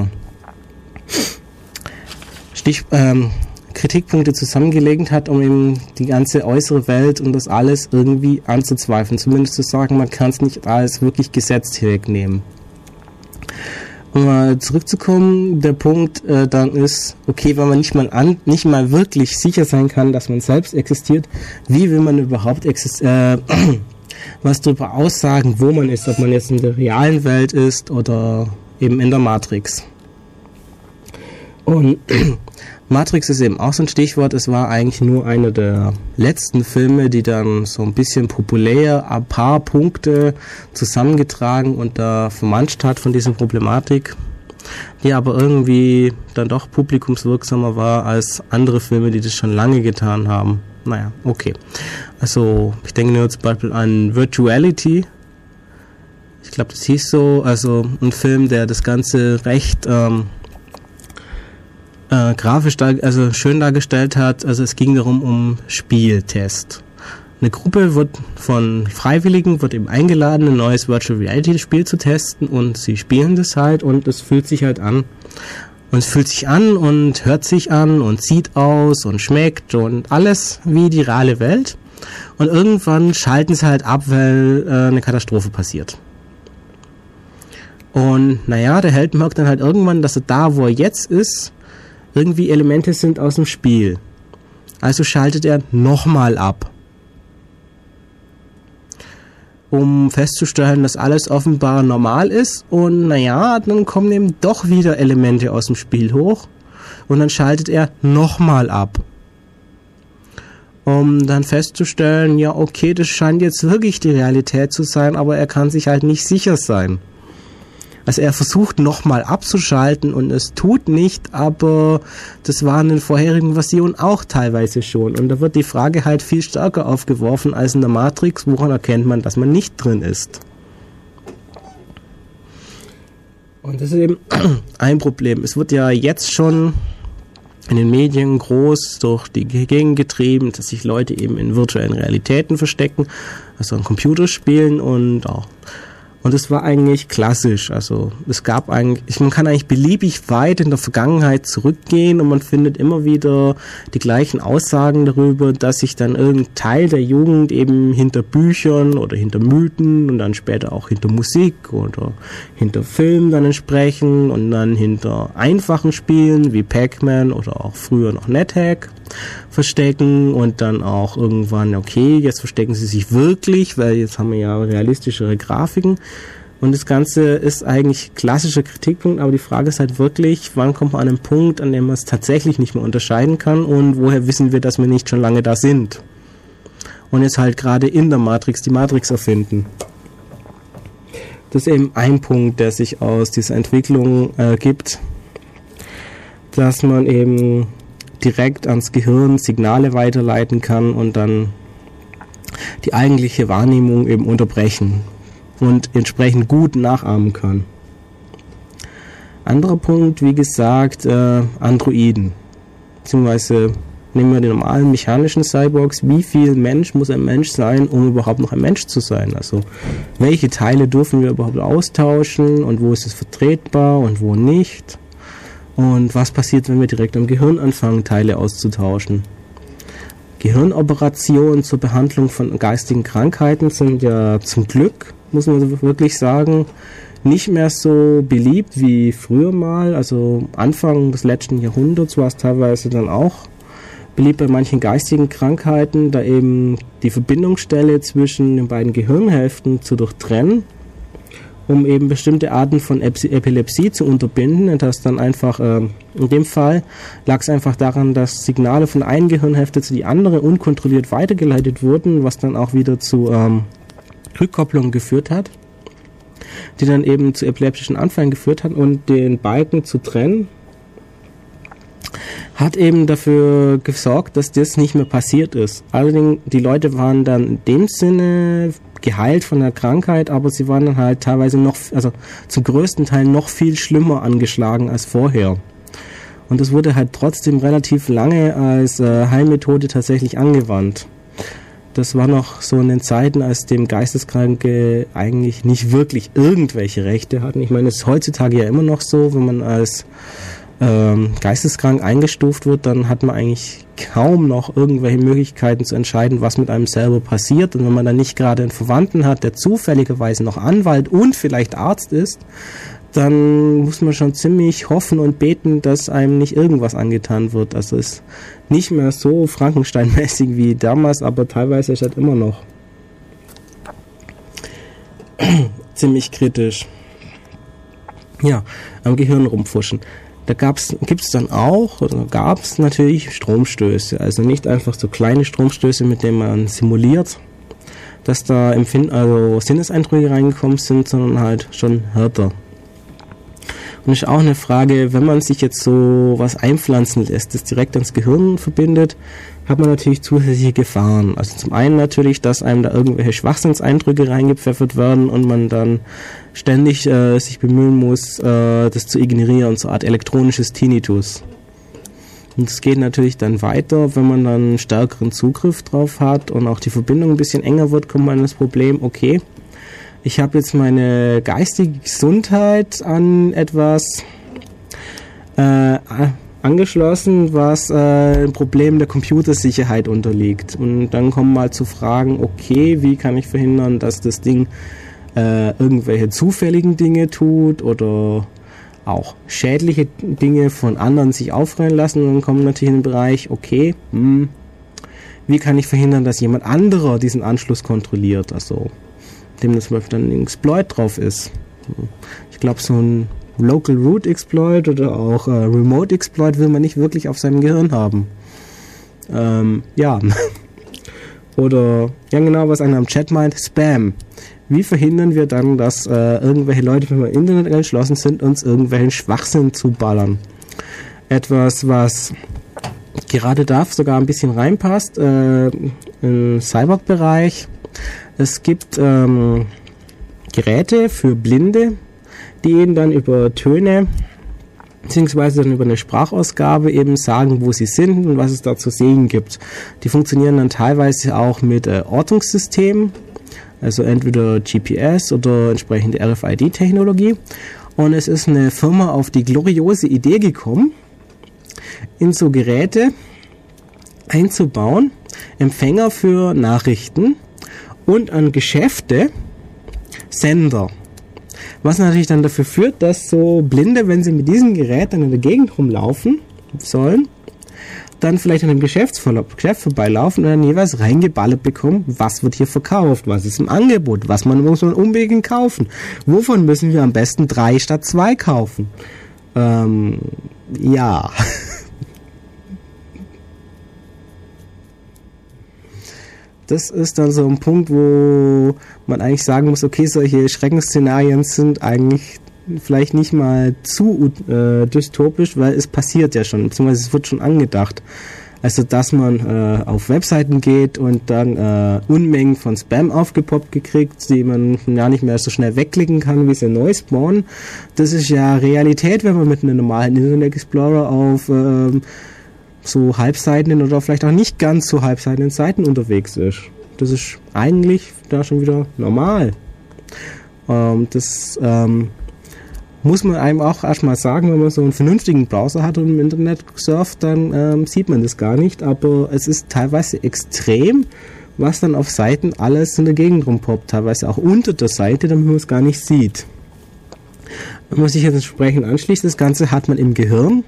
Kritikpunkte zusammengelegt hat, um eben die ganze äußere Welt und das alles irgendwie anzuzweifeln. Zumindest zu sagen, man kann es nicht als wirklich gesetzt wegnehmen. Um mal zurückzukommen, der Punkt dann ist, okay, wenn man nicht mal wirklich sicher sein kann, dass man selbst existiert, wie will man überhaupt was darüber aussagen, wo man ist, ob man jetzt in der realen Welt ist oder eben in der Matrix. Und Matrix ist eben auch so ein Stichwort. Es war eigentlich nur einer der letzten Filme, die dann so ein bisschen populär ein paar Punkte zusammengetragen und da vermanscht hat von dieser Problematik, die aber irgendwie dann doch publikumswirksamer war als andere Filme, die das schon lange getan haben. Naja, okay. Also ich denke nur zum Beispiel an Virtuality. Ich glaube, das hieß so. Also ein Film, der das Ganze recht grafisch schön dargestellt hat. Also es ging darum um Spieltest. Eine Gruppe von Freiwilligen wird eben eingeladen, ein neues Virtual Reality Spiel zu testen und sie spielen das halt und es fühlt sich halt an. Und es fühlt sich an und hört sich an und sieht aus und schmeckt und alles wie die reale Welt. Und irgendwann schalten sie halt ab, weil eine Katastrophe passiert. Und naja, der Held merkt dann halt irgendwann, dass er da, wo er jetzt ist, irgendwie Elemente sind aus dem Spiel. Also schaltet er nochmal ab, um festzustellen, dass alles offenbar normal ist. Und naja, dann kommen eben doch wieder Elemente aus dem Spiel hoch. Und dann schaltet er nochmal ab, um dann festzustellen, ja okay, das scheint jetzt wirklich die Realität zu sein, aber er kann sich halt nicht sicher sein. Also er versucht nochmal abzuschalten und es tut nicht, aber das war in den vorherigen Versionen auch teilweise schon. Und da wird die Frage halt viel stärker aufgeworfen als in der Matrix, woran erkennt man, dass man nicht drin ist. Und das ist eben ein Problem. Es wird ja jetzt schon in den Medien groß durch die Gegend getrieben, dass sich Leute eben in virtuellen Realitäten verstecken, also an Computerspielen und auch. Und es war eigentlich klassisch, also es gab eigentlich, man kann eigentlich beliebig weit in der Vergangenheit zurückgehen und man findet immer wieder die gleichen Aussagen darüber, dass sich dann irgendein Teil der Jugend eben hinter Büchern oder hinter Mythen und dann später auch hinter Musik oder hinter Filmen dann entsprechen und dann hinter einfachen Spielen wie Pac-Man oder auch früher noch NetHack verstecken und dann auch irgendwann, okay, jetzt verstecken sie sich wirklich, weil jetzt haben wir ja realistischere Grafiken und das Ganze ist eigentlich klassischer Kritikpunkt, aber die Frage ist halt wirklich, wann kommt man an einen Punkt, an dem man es tatsächlich nicht mehr unterscheiden kann und woher wissen wir, dass wir nicht schon lange da sind und jetzt halt gerade in der Matrix die Matrix erfinden. Das ist eben ein Punkt, der sich aus dieser Entwicklung gibt, dass man eben direkt ans Gehirn Signale weiterleiten kann und dann die eigentliche Wahrnehmung eben unterbrechen und entsprechend gut nachahmen kann. Anderer Punkt, wie gesagt, Androiden. Beziehungsweise nehmen wir die normalen mechanischen Cyborgs. Wie viel Mensch muss ein Mensch sein, um überhaupt noch ein Mensch zu sein? Also welche Teile dürfen wir überhaupt austauschen und wo ist es vertretbar und wo nicht? Und was passiert, wenn wir direkt am Gehirn anfangen, Teile auszutauschen? Gehirnoperationen zur Behandlung von geistigen Krankheiten sind ja zum Glück, muss man wirklich sagen, nicht mehr so beliebt wie früher mal. Also Anfang des letzten Jahrhunderts war es teilweise dann auch beliebt bei manchen geistigen Krankheiten, da eben die Verbindungsstelle zwischen den beiden Gehirnhälften zu durchtrennen, um eben bestimmte Arten von Epilepsie zu unterbinden. Und das dann einfach, in dem Fall lag es einfach daran, dass Signale von einer Gehirnhälfte zu die andere unkontrolliert weitergeleitet wurden, was dann auch wieder zu Rückkopplung geführt hat, die dann eben zu epileptischen Anfällen geführt hat, und den Balken zu trennen hat eben dafür gesorgt, dass das nicht mehr passiert ist. Allerdings, die Leute waren dann in dem Sinne geheilt von der Krankheit, aber sie waren dann halt teilweise noch, also zum größten Teil noch viel schlimmer angeschlagen als vorher. Und das wurde halt trotzdem relativ lange als Heilmethode tatsächlich angewandt. Das war noch so in den Zeiten, als dem Geisteskranke eigentlich nicht wirklich irgendwelche Rechte hatten. Ich meine, es ist heutzutage ja immer noch so, wenn man als geisteskrank eingestuft wird, dann hat man eigentlich kaum noch irgendwelche Möglichkeiten zu entscheiden, was mit einem selber passiert. Und wenn man dann nicht gerade einen Verwandten hat, der zufälligerweise noch Anwalt und vielleicht Arzt ist, dann muss man schon ziemlich hoffen und beten, dass einem nicht irgendwas angetan wird. Also es ist nicht mehr so Frankenstein-mäßig wie damals, aber teilweise ist das immer noch ziemlich kritisch. Ja, am Gehirn rumfuschen. Da gab es natürlich Stromstöße, also nicht einfach so kleine Stromstöße, mit denen man simuliert, dass da Sinneseindrücke reingekommen sind, sondern halt schon härter. Und ist auch eine Frage, wenn man sich jetzt so was einpflanzen lässt, das direkt ans Gehirn verbindet, hat man natürlich zusätzliche Gefahren. Also zum einen natürlich, dass einem da irgendwelche Schwachsinnseindrücke reingepfeffert werden und man dann ständig sich bemühen muss, das zu ignorieren, so eine Art elektronisches Tinnitus. Und es geht natürlich dann weiter, wenn man dann stärkeren Zugriff drauf hat und auch die Verbindung ein bisschen enger wird, kommt man an das Problem, okay, ich habe jetzt meine geistige Gesundheit an etwas angeschlossen, was ein Problem der Computersicherheit unterliegt. Und dann kommen mal zu Fragen, okay, wie kann ich verhindern, dass das Ding irgendwelche zufälligen Dinge tut oder auch schädliche Dinge von anderen sich aufreihen lassen. Und dann kommen natürlich in den Bereich, okay, wie kann ich verhindern, dass jemand anderer diesen Anschluss kontrolliert, also dem zum Beispiel dann ein Exploit drauf ist. Ich glaube, so ein Local Root Exploit oder auch Remote Exploit will man nicht wirklich auf seinem Gehirn haben. Ja. Oder, ja genau, was einer im Chat meint, Spam. Wie verhindern wir dann, dass irgendwelche Leute, wenn wir im Internet entschlossen sind, uns irgendwelchen Schwachsinn zu ballern? Etwas, was gerade da sogar ein bisschen reinpasst, im Cyborg-Bereich. Es gibt Geräte für Blinde, die ihnen dann über Töne beziehungsweise dann über eine Sprachausgabe eben sagen, wo sie sind und was es da zu sehen gibt. Die funktionieren dann teilweise auch mit Ortungssystemen, also entweder GPS oder entsprechende RFID-Technologie. Und es ist eine Firma auf die gloriose Idee gekommen, in so Geräte einzubauen, Empfänger für Nachrichten und an Geschäfte Sender. Was natürlich dann dafür führt, dass so Blinde, wenn sie mit diesem Gerät dann in der Gegend rumlaufen sollen, dann vielleicht an einem Geschäft vorbeilaufen und dann jeweils reingeballert bekommen, was wird hier verkauft, was ist im Angebot, was muss man unbedingt kaufen, wovon müssen wir am besten 3 statt 2 kaufen. Ja. Das ist dann so ein Punkt, wo man eigentlich sagen muss, okay, solche Schreckensszenarien sind eigentlich vielleicht nicht mal zu dystopisch, weil es passiert ja schon, beziehungsweise es wird schon angedacht. Also, dass man auf Webseiten geht und dann Unmengen von Spam aufgepoppt gekriegt, die man ja nicht mehr so schnell wegklicken kann, wie sie neu spawnen. Das ist ja Realität, wenn man mit einem normalen Internet Explorer auf so halbseitenden oder vielleicht auch nicht ganz so halbseitenden Seiten unterwegs ist. Das ist eigentlich da schon wieder normal. Das muss man einem auch erstmal sagen, wenn man so einen vernünftigen Browser hat und im Internet surft, dann sieht man das gar nicht, aber es ist teilweise extrem, was dann auf Seiten alles in der Gegend rumpoppt, teilweise auch unter der Seite, damit man es gar nicht sieht. Wenn man sich jetzt entsprechend anschließt, das Ganze hat man im Gehirn.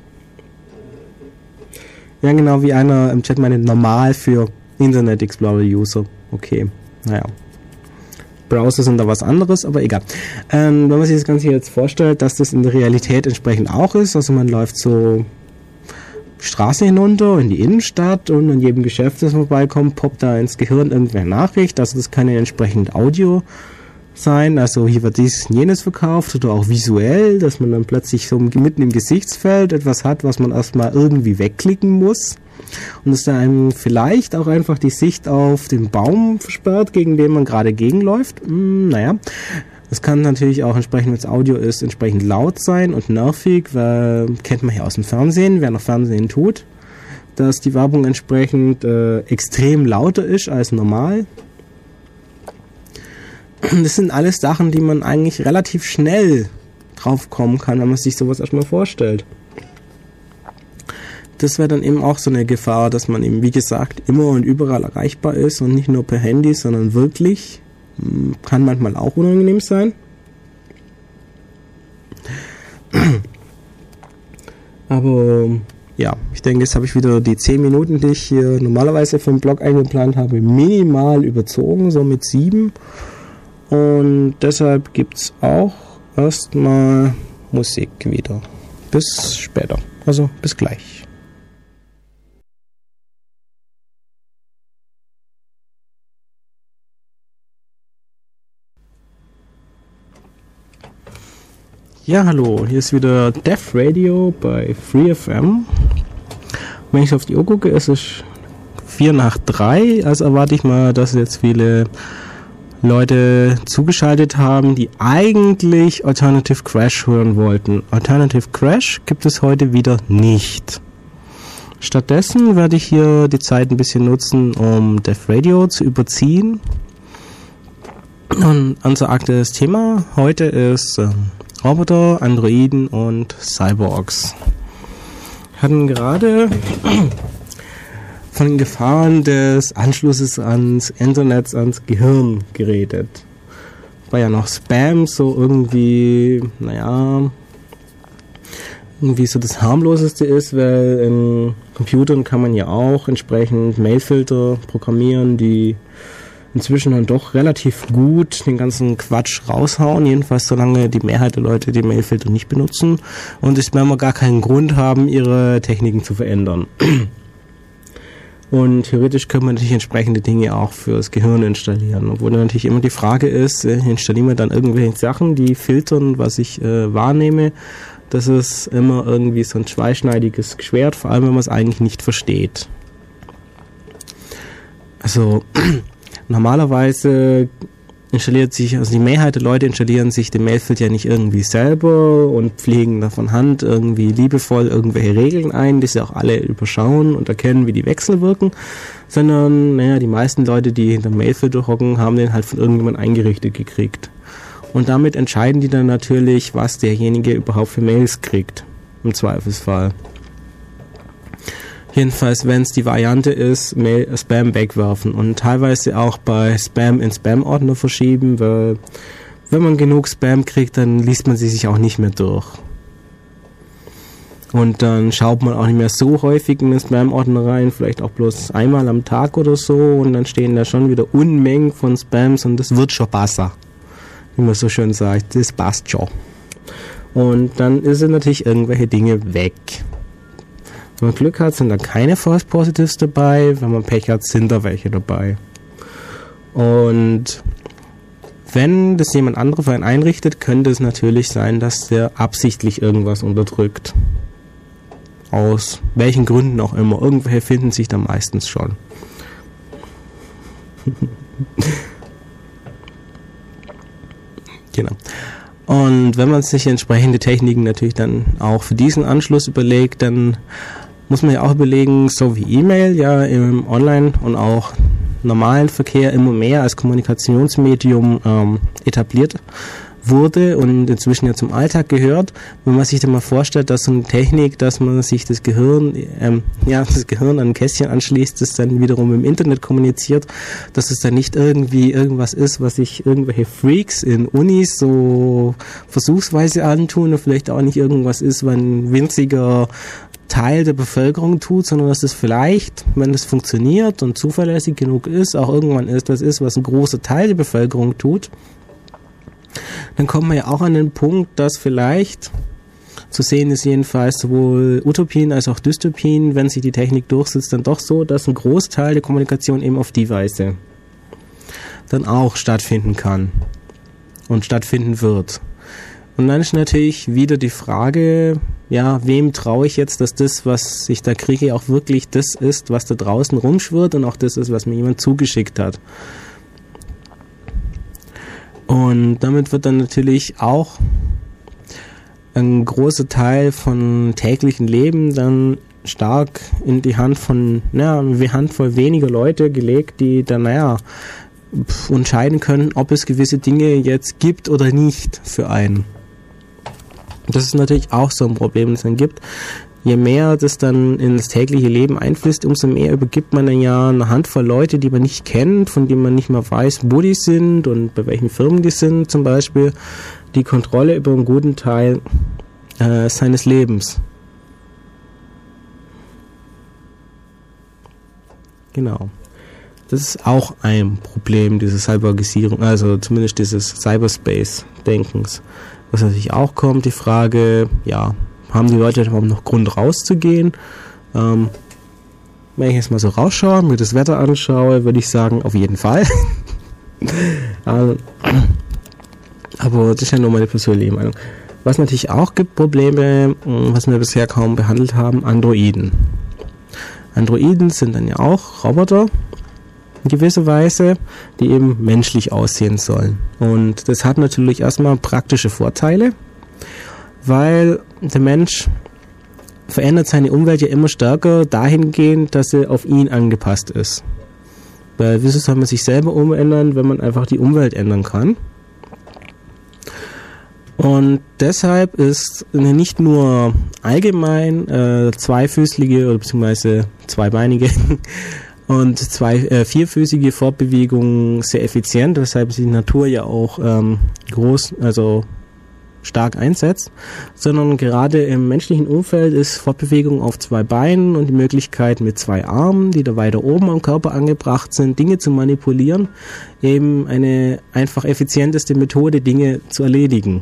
Ja, genau wie einer im Chat meinte, normal für Internet Explorer User. Okay, naja. Browser sind da was anderes, aber egal. Wenn man sich das Ganze jetzt vorstellt, dass das in der Realität entsprechend auch ist, also man läuft so Straße hinunter in die Innenstadt und an jedem Geschäft, das vorbeikommt, poppt da ins Gehirn irgendeine Nachricht, also das kann ja entsprechend Audio sein, also hier wird dies und jenes verkauft oder auch visuell, dass man dann plötzlich so mitten im Gesichtsfeld etwas hat, was man erstmal irgendwie wegklicken muss und es dann einem vielleicht auch einfach die Sicht auf den Baum versperrt, gegen den man gerade gegenläuft. Naja, das kann natürlich auch entsprechend, wenn es Audio ist, entsprechend laut sein und nervig, weil kennt man ja aus dem Fernsehen, wer noch Fernsehen tut, dass die Werbung entsprechend extrem lauter ist als normal. Das sind alles Sachen, die man eigentlich relativ schnell drauf kommen kann, wenn man sich sowas erstmal vorstellt. Das wäre dann eben auch so eine Gefahr, dass man eben, wie gesagt, immer und überall erreichbar ist und nicht nur per Handy, sondern wirklich. Kann manchmal auch unangenehm sein. Aber ja, ich denke, jetzt habe ich wieder die 10 Minuten, die ich hier normalerweise für den Blog eingeplant habe, minimal überzogen, so mit 7. Und deshalb gibt es auch erstmal Musik wieder. Bis später. Also bis gleich. Ja, hallo, hier ist wieder Def Radio bei FreeFM. Wenn ich auf die Uhr gucke, ist es 2:04, also erwarte ich mal, dass jetzt viele Leute zugeschaltet haben, die eigentlich Alternative Crash hören wollten. Alternative Crash gibt es heute wieder nicht. Stattdessen werde ich hier die Zeit ein bisschen nutzen, um Def Radio zu überziehen. Und unser aktuelles Thema heute ist Roboter, Androiden und Cyborgs. Wir hatten gerade von den Gefahren des Anschlusses ans Internet, ans Gehirn geredet. War ja noch Spam so irgendwie so das harmloseste ist, weil in Computern kann man ja auch entsprechend Mailfilter programmieren, die inzwischen dann doch relativ gut den ganzen Quatsch raushauen, jedenfalls solange die Mehrheit der Leute die Mailfilter nicht benutzen und die Spammer gar keinen Grund haben, ihre Techniken zu verändern. Und theoretisch können wir natürlich entsprechende Dinge auch fürs Gehirn installieren, obwohl natürlich immer die Frage ist, installieren wir dann irgendwelche Sachen, die filtern, was ich wahrnehme. Das ist immer irgendwie so ein zweischneidiges Schwert, vor allem wenn man es eigentlich nicht versteht. Also normalerweise die Mehrheit der Leute installieren sich den Mailfilter ja nicht irgendwie selber und pflegen da von Hand irgendwie liebevoll irgendwelche Regeln ein, die sie auch alle überschauen und erkennen, wie die Wechsel wirken, sondern die meisten Leute, die hinter dem Mailfilter hocken, haben den halt von irgendjemandem eingerichtet gekriegt. Und damit entscheiden die dann natürlich, was derjenige überhaupt für Mails kriegt, im Zweifelsfall. Jedenfalls, wenn es die Variante ist, Spam wegwerfen und teilweise auch bei Spam in Spam-Ordner verschieben, weil wenn man genug Spam kriegt, dann liest man sie sich auch nicht mehr durch. Und dann schaut man auch nicht mehr so häufig in den Spam-Ordner rein, vielleicht auch bloß einmal am Tag oder so und dann stehen da schon wieder Unmengen von Spams und das wird schon besser, wie man so schön sagt, das passt schon. Und dann sind natürlich irgendwelche Dinge weg. Wenn man Glück hat, sind da keine False Positives dabei. Wenn man Pech hat, sind da welche dabei. Und wenn das jemand anderes für einen einrichtet, könnte es natürlich sein, dass der absichtlich irgendwas unterdrückt. Aus welchen Gründen auch immer. Irgendwelche finden sich da meistens schon. Genau. Und wenn man sich entsprechende Techniken natürlich dann auch für diesen Anschluss überlegt, dann muss man ja auch überlegen, so wie E-Mail ja im Online- und auch normalen Verkehr immer mehr als Kommunikationsmedium etabliert wurde und inzwischen ja zum Alltag gehört. Wenn man sich dann mal vorstellt, dass so eine Technik, dass man sich das Gehirn an ein Kästchen anschließt, das dann wiederum im Internet kommuniziert, dass es dann nicht irgendwie irgendwas ist, was sich irgendwelche Freaks in Unis so versuchsweise antun und vielleicht auch nicht irgendwas ist, was ein winziger Teil der Bevölkerung tut, sondern dass es vielleicht, wenn es funktioniert und zuverlässig genug ist, auch irgendwann etwas ist, was ein großer Teil der Bevölkerung tut, dann kommt man ja auch an den Punkt, dass vielleicht, zu sehen ist jedenfalls sowohl Utopien als auch Dystopien, wenn sich die Technik durchsetzt, dann doch so, dass ein Großteil der Kommunikation eben auf die Weise dann auch stattfinden kann und stattfinden wird. Und dann ist natürlich wieder die Frage, wem traue ich jetzt, dass das, was ich da kriege, auch wirklich das ist, was da draußen rumschwirrt und auch das ist, was mir jemand zugeschickt hat. Und damit wird dann natürlich auch ein großer Teil von täglichen Leben dann stark in die Hand von eine Handvoll weniger Leute gelegt, die dann entscheiden können, ob es gewisse Dinge jetzt gibt oder nicht für einen. Das ist natürlich auch so ein Problem, das es dann gibt. Je mehr das dann ins tägliche Leben einfließt, umso mehr übergibt man dann ja eine Handvoll Leute, die man nicht kennt, von denen man nicht mal weiß, wo die sind und bei welchen Firmen die sind zum Beispiel, die Kontrolle über einen guten Teil seines Lebens. Genau. Das ist auch ein Problem, diese Cyborgisierung, also zumindest dieses Cyberspace-Denkens. Was natürlich auch kommt, die Frage, ja, haben die Leute überhaupt noch Grund rauszugehen? Wenn ich jetzt mal so rausschaue, mir das Wetter anschaue, würde ich sagen, auf jeden Fall. Aber das ist ja nur meine persönliche Meinung. Was natürlich auch gibt, Probleme, was wir bisher kaum behandelt haben, Androiden. Androiden sind dann ja auch Roboter, in gewisser Weise, die eben menschlich aussehen sollen. Und das hat natürlich erstmal praktische Vorteile, weil der Mensch verändert seine Umwelt ja immer stärker dahingehend, dass sie auf ihn angepasst ist. Weil wieso soll man sich selber umändern, wenn man einfach die Umwelt ändern kann? Und deshalb ist nicht nur allgemein zweifüßige oder beziehungsweise zweibeinige und vierfüßige Fortbewegung sehr effizient, weshalb sich die Natur ja auch stark einsetzt, sondern gerade im menschlichen Umfeld ist Fortbewegung auf zwei Beinen und die Möglichkeit mit zwei Armen, die da weiter oben am Körper angebracht sind, Dinge zu manipulieren, eben eine einfach effizienteste Methode, Dinge zu erledigen.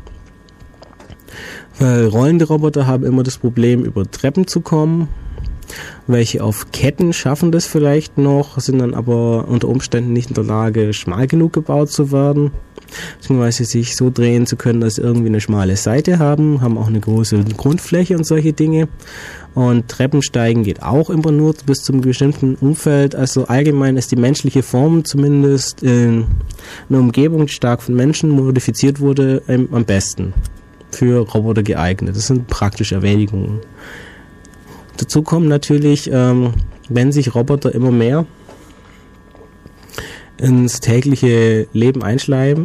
Weil rollende Roboter haben immer das Problem, über Treppen zu kommen. Welche auf Ketten schaffen das vielleicht noch, sind dann aber unter Umständen nicht in der Lage, schmal genug gebaut zu werden, beziehungsweise sich so drehen zu können, dass sie irgendwie eine schmale Seite haben auch eine große Grundfläche und solche Dinge. Und Treppensteigen geht auch immer nur bis zum bestimmten Umfeld. Also allgemein ist die menschliche Form zumindest in einer Umgebung, die stark von Menschen modifiziert wurde, am besten für Roboter geeignet. Das sind praktische Erwägungen. Dazu kommen natürlich, wenn sich Roboter immer mehr ins tägliche Leben einschleichen,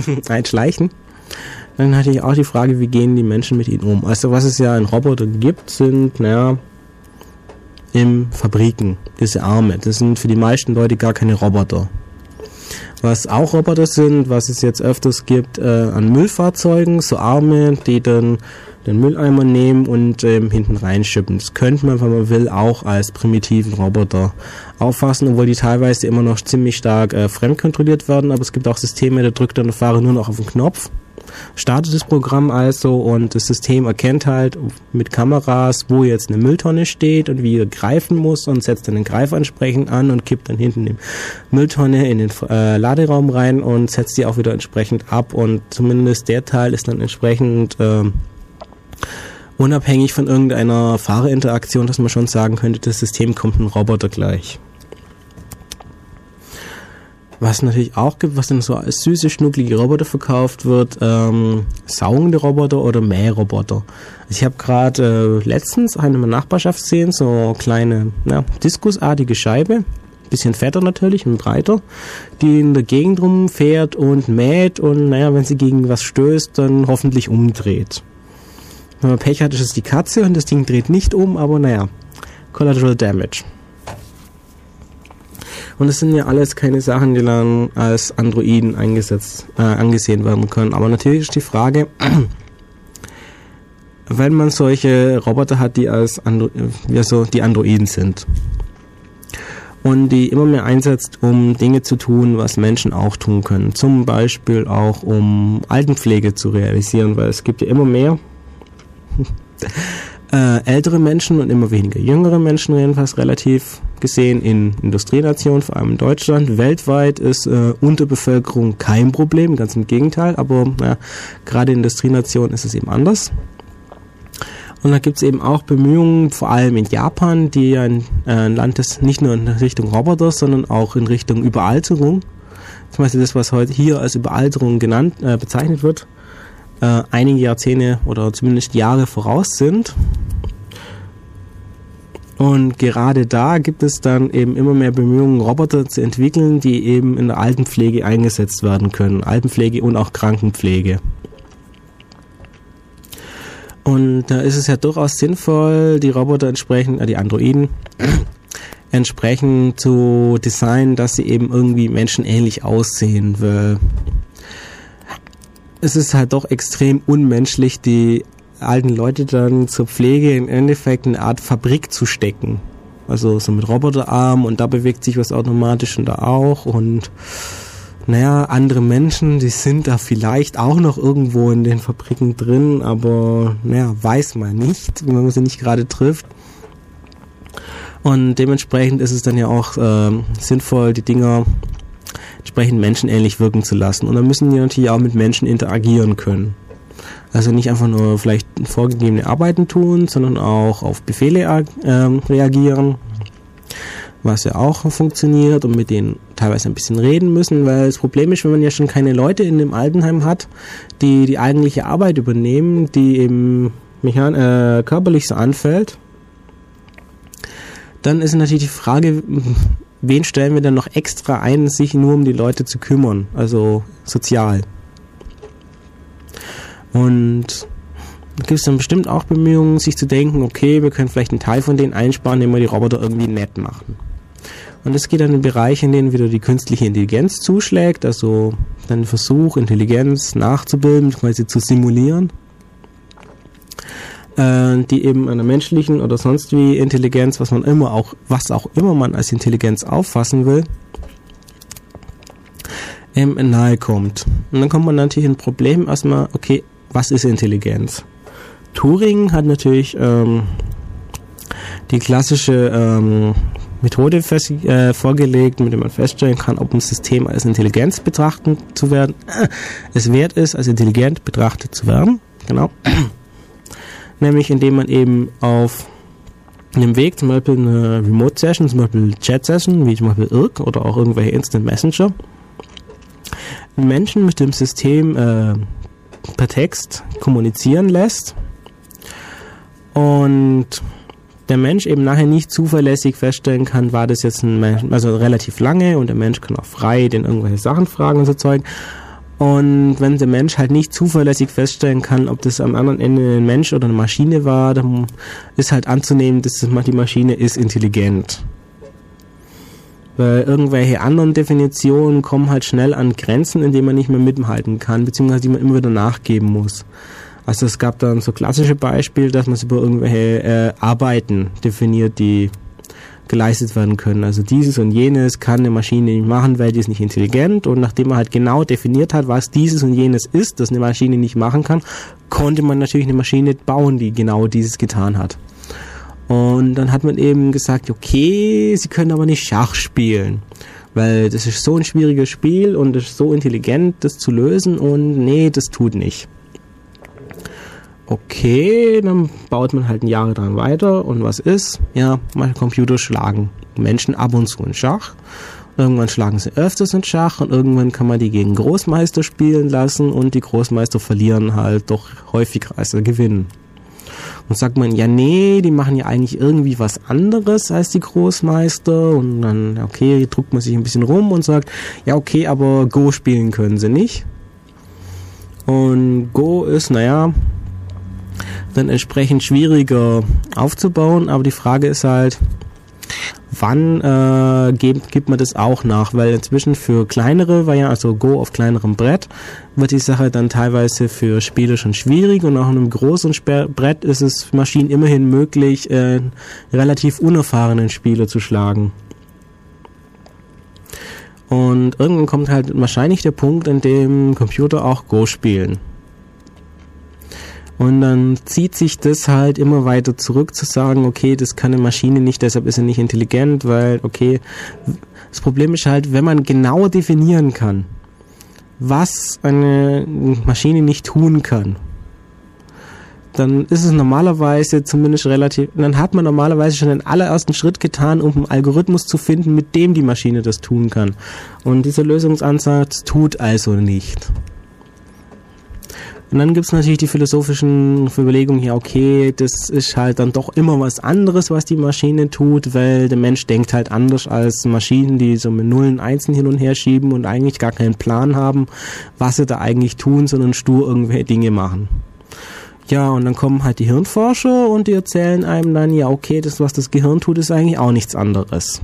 dann natürlich auch die Frage, wie gehen die Menschen mit ihnen um? Also was es ja in Robotern gibt, sind, in Fabriken, diese Arme. Das sind für die meisten Leute gar keine Roboter. Was auch Roboter sind, was es jetzt öfters gibt an Müllfahrzeugen, so Arme, die dann den Mülleimer nehmen und hinten reinschippen. Das könnte man, wenn man will, auch als primitiven Roboter auffassen, obwohl die teilweise immer noch ziemlich stark fremdkontrolliert werden, aber es gibt auch Systeme, da drückt dann der Fahrer nur noch auf den Knopf, startet das Programm also und das System erkennt halt mit Kameras, wo jetzt eine Mülltonne steht und wie er greifen muss und setzt dann den Greifer entsprechend an und kippt dann hinten die Mülltonne in den Laderaum rein und setzt die auch wieder entsprechend ab und zumindest der Teil ist dann entsprechend unabhängig von irgendeiner Fahrerinteraktion, dass man schon sagen könnte, das System kommt einem Roboter gleich. Was natürlich auch gibt, was dann so als süße, schnucklige Roboter verkauft wird, saugende Roboter oder Mähroboter. Also ich habe gerade letztens eine in meiner Nachbarschaft gesehen, so kleine, diskusartige Scheibe, bisschen fetter natürlich und breiter, die in der Gegend rumfährt und mäht und wenn sie gegen was stößt, dann hoffentlich umdreht. Wenn man Pech hat, ist es die Katze und das Ding dreht nicht um, aber Collateral Damage. Und das sind ja alles keine Sachen, die dann als Androiden angesehen werden können. Aber natürlich ist die Frage, wenn man solche Roboter hat, die die Androiden sind und die immer mehr einsetzt, um Dinge zu tun, was Menschen auch tun können. Zum Beispiel auch, um Altenpflege zu realisieren, weil es gibt ja immer mehr ältere Menschen und immer weniger jüngere Menschen, jedenfalls relativ gesehen in Industrienationen, vor allem in Deutschland. Weltweit ist Unterbevölkerung kein Problem, ganz im Gegenteil, aber gerade in Industrienationen ist es eben anders. Und da gibt es eben auch Bemühungen, vor allem in Japan, die ein Land ist, nicht nur in Richtung Roboter, sondern auch in Richtung Überalterung. Zum Beispiel das, was heute hier als Überalterung bezeichnet wird, einige Jahrzehnte oder zumindest Jahre voraus sind. Und gerade da gibt es dann eben immer mehr Bemühungen, Roboter zu entwickeln, die eben in der Altenpflege eingesetzt werden können. Altenpflege und auch Krankenpflege. Und da ist es ja durchaus sinnvoll, die Roboter entsprechend, die Androiden, entsprechend zu designen, dass sie eben irgendwie menschenähnlich aussehen, weil es ist halt doch extrem unmenschlich, die alten Leute dann zur Pflege im Endeffekt in eine Art Fabrik zu stecken. Also so mit Roboterarm und da bewegt sich was automatisch und da auch und andere Menschen, die sind da vielleicht auch noch irgendwo in den Fabriken drin, aber weiß man nicht, wenn man sie nicht gerade trifft. Und dementsprechend ist es dann ja auch sinnvoll, die Dinger entsprechend menschenähnlich wirken zu lassen. Und dann müssen die natürlich auch mit Menschen interagieren können. Also nicht einfach nur vielleicht vorgegebene Arbeiten tun, sondern auch auf Befehle reagieren, was ja auch funktioniert, und mit denen teilweise ein bisschen reden müssen, weil das Problem ist, wenn man ja schon keine Leute in dem Altenheim hat, die die eigentliche Arbeit übernehmen, die eben körperlich so anfällt, dann ist natürlich die Frage, wen stellen wir dann noch extra ein, sich nur um die Leute zu kümmern, also sozial. Und da gibt es dann bestimmt auch Bemühungen, sich zu denken, okay, wir können vielleicht einen Teil von denen einsparen, indem wir die Roboter irgendwie nett machen. Und das geht dann in Bereiche, in denen wieder die künstliche Intelligenz zuschlägt, also dann der Versuch, Intelligenz nachzubilden, quasi zu simulieren, die eben einer menschlichen oder sonst wie Intelligenz, was auch immer man als Intelligenz auffassen will, nahe kommt. Und dann kommt man natürlich ein Problem erstmal, okay, was ist Intelligenz? Turing hat natürlich die klassische Methode vorgelegt, mit der man feststellen kann, ob ein System als Intelligenz betrachtet zu werden, es wert ist, als intelligent betrachtet zu werden. Genau. Nämlich indem man eben auf einem Weg, zum Beispiel eine Remote-Session, zum Beispiel Chat-Session, wie zum Beispiel IRC oder auch irgendwelche Instant Messenger, Menschen mit dem System per Text kommunizieren lässt und der Mensch eben nachher nicht zuverlässig feststellen kann, war das jetzt ein Mensch, also relativ lange, und der Mensch kann auch frei den irgendwelche Sachen fragen und so Zeug. Und wenn der Mensch halt nicht zuverlässig feststellen kann, ob das am anderen Ende ein Mensch oder eine Maschine war, dann ist halt anzunehmen, dass die Maschine ist intelligent. Weil irgendwelche anderen Definitionen kommen halt schnell an Grenzen, in denen man nicht mehr mithalten kann, beziehungsweise die man immer wieder nachgeben muss. Also es gab dann so klassische Beispiele, dass man es über irgendwelche Arbeiten definiert, die geleistet werden können. Also dieses und jenes kann eine Maschine nicht machen, weil die ist nicht intelligent, und nachdem man halt genau definiert hat, was dieses und jenes ist, das eine Maschine nicht machen kann, konnte man natürlich eine Maschine bauen, die genau dieses getan hat. Und dann hat man eben gesagt, okay, sie können aber nicht Schach spielen, weil das ist so ein schwieriges Spiel und es ist so intelligent, das zu lösen, und nee, das tut nicht. Okay, dann baut man halt Jahre dran weiter, und was ist? Ja, mal Computer schlagen Menschen ab und zu in Schach. Irgendwann schlagen sie öfters in Schach, und irgendwann kann man die gegen Großmeister spielen lassen, und die Großmeister verlieren halt doch häufiger als sie gewinnen. Und sagt man, ja nee, die machen ja eigentlich irgendwie was anderes als die Großmeister, und dann, okay, druckt man sich ein bisschen rum und sagt, ja okay, aber Go spielen können sie nicht. Und Go ist, dann entsprechend schwieriger aufzubauen, aber die Frage ist halt, wann gibt man das auch nach, weil inzwischen für kleinere Varianten, also Go auf kleinerem Brett, wird die Sache dann teilweise für Spieler schon schwierig, und auch in einem großen Brett ist es Maschinen immerhin möglich, relativ unerfahrenen Spieler zu schlagen. Und irgendwann kommt halt wahrscheinlich der Punkt, an dem Computer auch Go spielen. Und dann zieht sich das halt immer weiter zurück, zu sagen, okay, das kann eine Maschine nicht, deshalb ist sie nicht intelligent, weil, okay, das Problem ist halt, wenn man genau definieren kann, was eine Maschine nicht tun kann, dann ist es normalerweise zumindest dann hat man normalerweise schon den allerersten Schritt getan, um einen Algorithmus zu finden, mit dem die Maschine das tun kann. Und dieser Lösungsansatz tut also nicht. Und dann gibt's natürlich die philosophischen Überlegungen, ja okay, das ist halt dann doch immer was anderes, was die Maschine tut, weil der Mensch denkt halt anders als Maschinen, die so mit Nullen, Einsen hin und her schieben und eigentlich gar keinen Plan haben, was sie da eigentlich tun, sondern stur irgendwelche Dinge machen. Ja, und dann kommen halt die Hirnforscher und die erzählen einem dann, ja okay, das, was das Gehirn tut, ist eigentlich auch nichts anderes.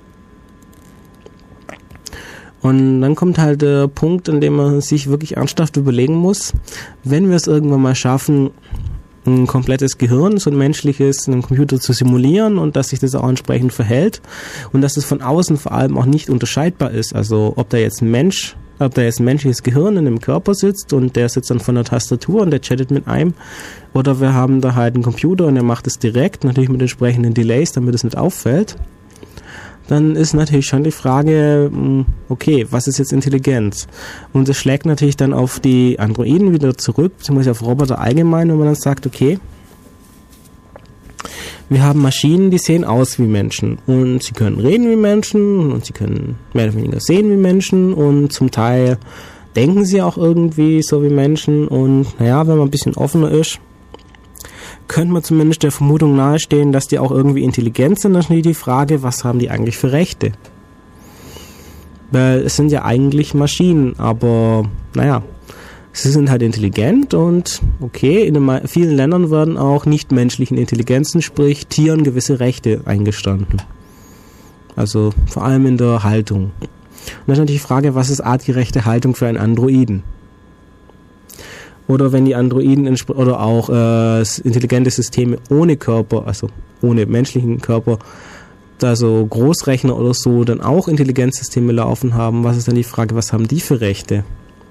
Und dann kommt halt der Punkt, an dem man sich wirklich ernsthaft überlegen muss, wenn wir es irgendwann mal schaffen, ein komplettes Gehirn, so ein menschliches, einen Computer zu simulieren und dass sich das auch entsprechend verhält und dass es von außen vor allem auch nicht unterscheidbar ist. Also ob da jetzt ein Mensch ob da jetzt ein menschliches Gehirn in einem Körper sitzt und der sitzt dann von der Tastatur und der chattet mit einem, oder wir haben da halt einen Computer und der macht es direkt, natürlich mit entsprechenden Delays, damit es nicht auffällt, dann ist natürlich schon die Frage, okay, was ist jetzt Intelligenz? Und das schlägt natürlich dann auf die Androiden wieder zurück, beziehungsweise auf Roboter allgemein, wenn man dann sagt, okay, wir haben Maschinen, die sehen aus wie Menschen und sie können reden wie Menschen und sie können mehr oder weniger sehen wie Menschen und zum Teil denken sie auch irgendwie so wie Menschen und naja, wenn man ein bisschen offener ist, könnte man zumindest der Vermutung nahestehen, dass die auch irgendwie intelligent sind. Dann ist die Frage, was haben die eigentlich für Rechte? Weil es sind ja eigentlich Maschinen, aber naja, sie sind halt intelligent und okay, in vielen Ländern werden auch nichtmenschlichen Intelligenzen, sprich Tieren, gewisse Rechte eingestanden. Also vor allem in der Haltung. Und dann ist natürlich die Frage, was ist artgerechte Haltung für einen Androiden? Oder wenn die Androiden oder auch intelligente Systeme ohne Körper, also ohne menschlichen Körper, da so Großrechner oder so, dann auch Intelligenzsysteme laufen haben, was ist dann die Frage, was haben die für Rechte?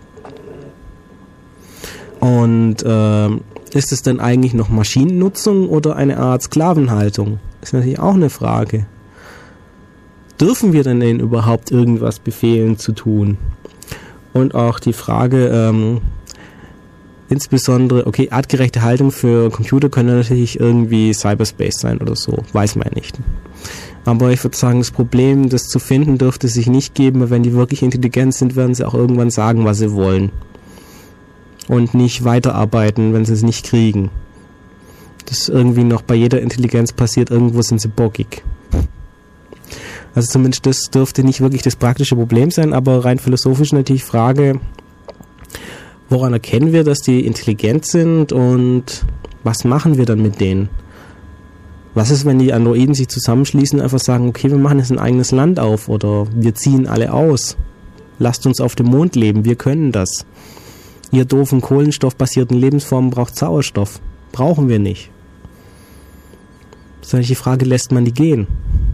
Und ist es dann eigentlich noch Maschinennutzung oder eine Art Sklavenhaltung? Ist natürlich auch eine Frage. Dürfen wir denn denen überhaupt irgendwas befehlen zu tun? Und auch die Frage, insbesondere, okay, artgerechte Haltung für Computer können natürlich irgendwie Cyberspace sein oder so, weiß man ja nicht. Aber ich würde sagen, das Problem, das zu finden, dürfte sich nicht geben, weil wenn die wirklich intelligent sind, werden sie auch irgendwann sagen, was sie wollen. Und nicht weiterarbeiten, wenn sie es nicht kriegen. Das ist irgendwie noch bei jeder Intelligenz passiert, irgendwo sind sie bockig. Also zumindest das dürfte nicht wirklich das praktische Problem sein, aber rein philosophisch natürlich die Frage, woran erkennen wir, dass die intelligent sind und was machen wir dann mit denen? Was ist, wenn die Androiden sich zusammenschließen und einfach sagen, okay, wir machen jetzt ein eigenes Land auf oder wir ziehen alle aus. Lasst uns auf dem Mond leben, wir können das. Ihr doofen kohlenstoffbasierten Lebensformen braucht Sauerstoff. Brauchen wir nicht. Das ist natürlich die Frage, lässt man die gehen?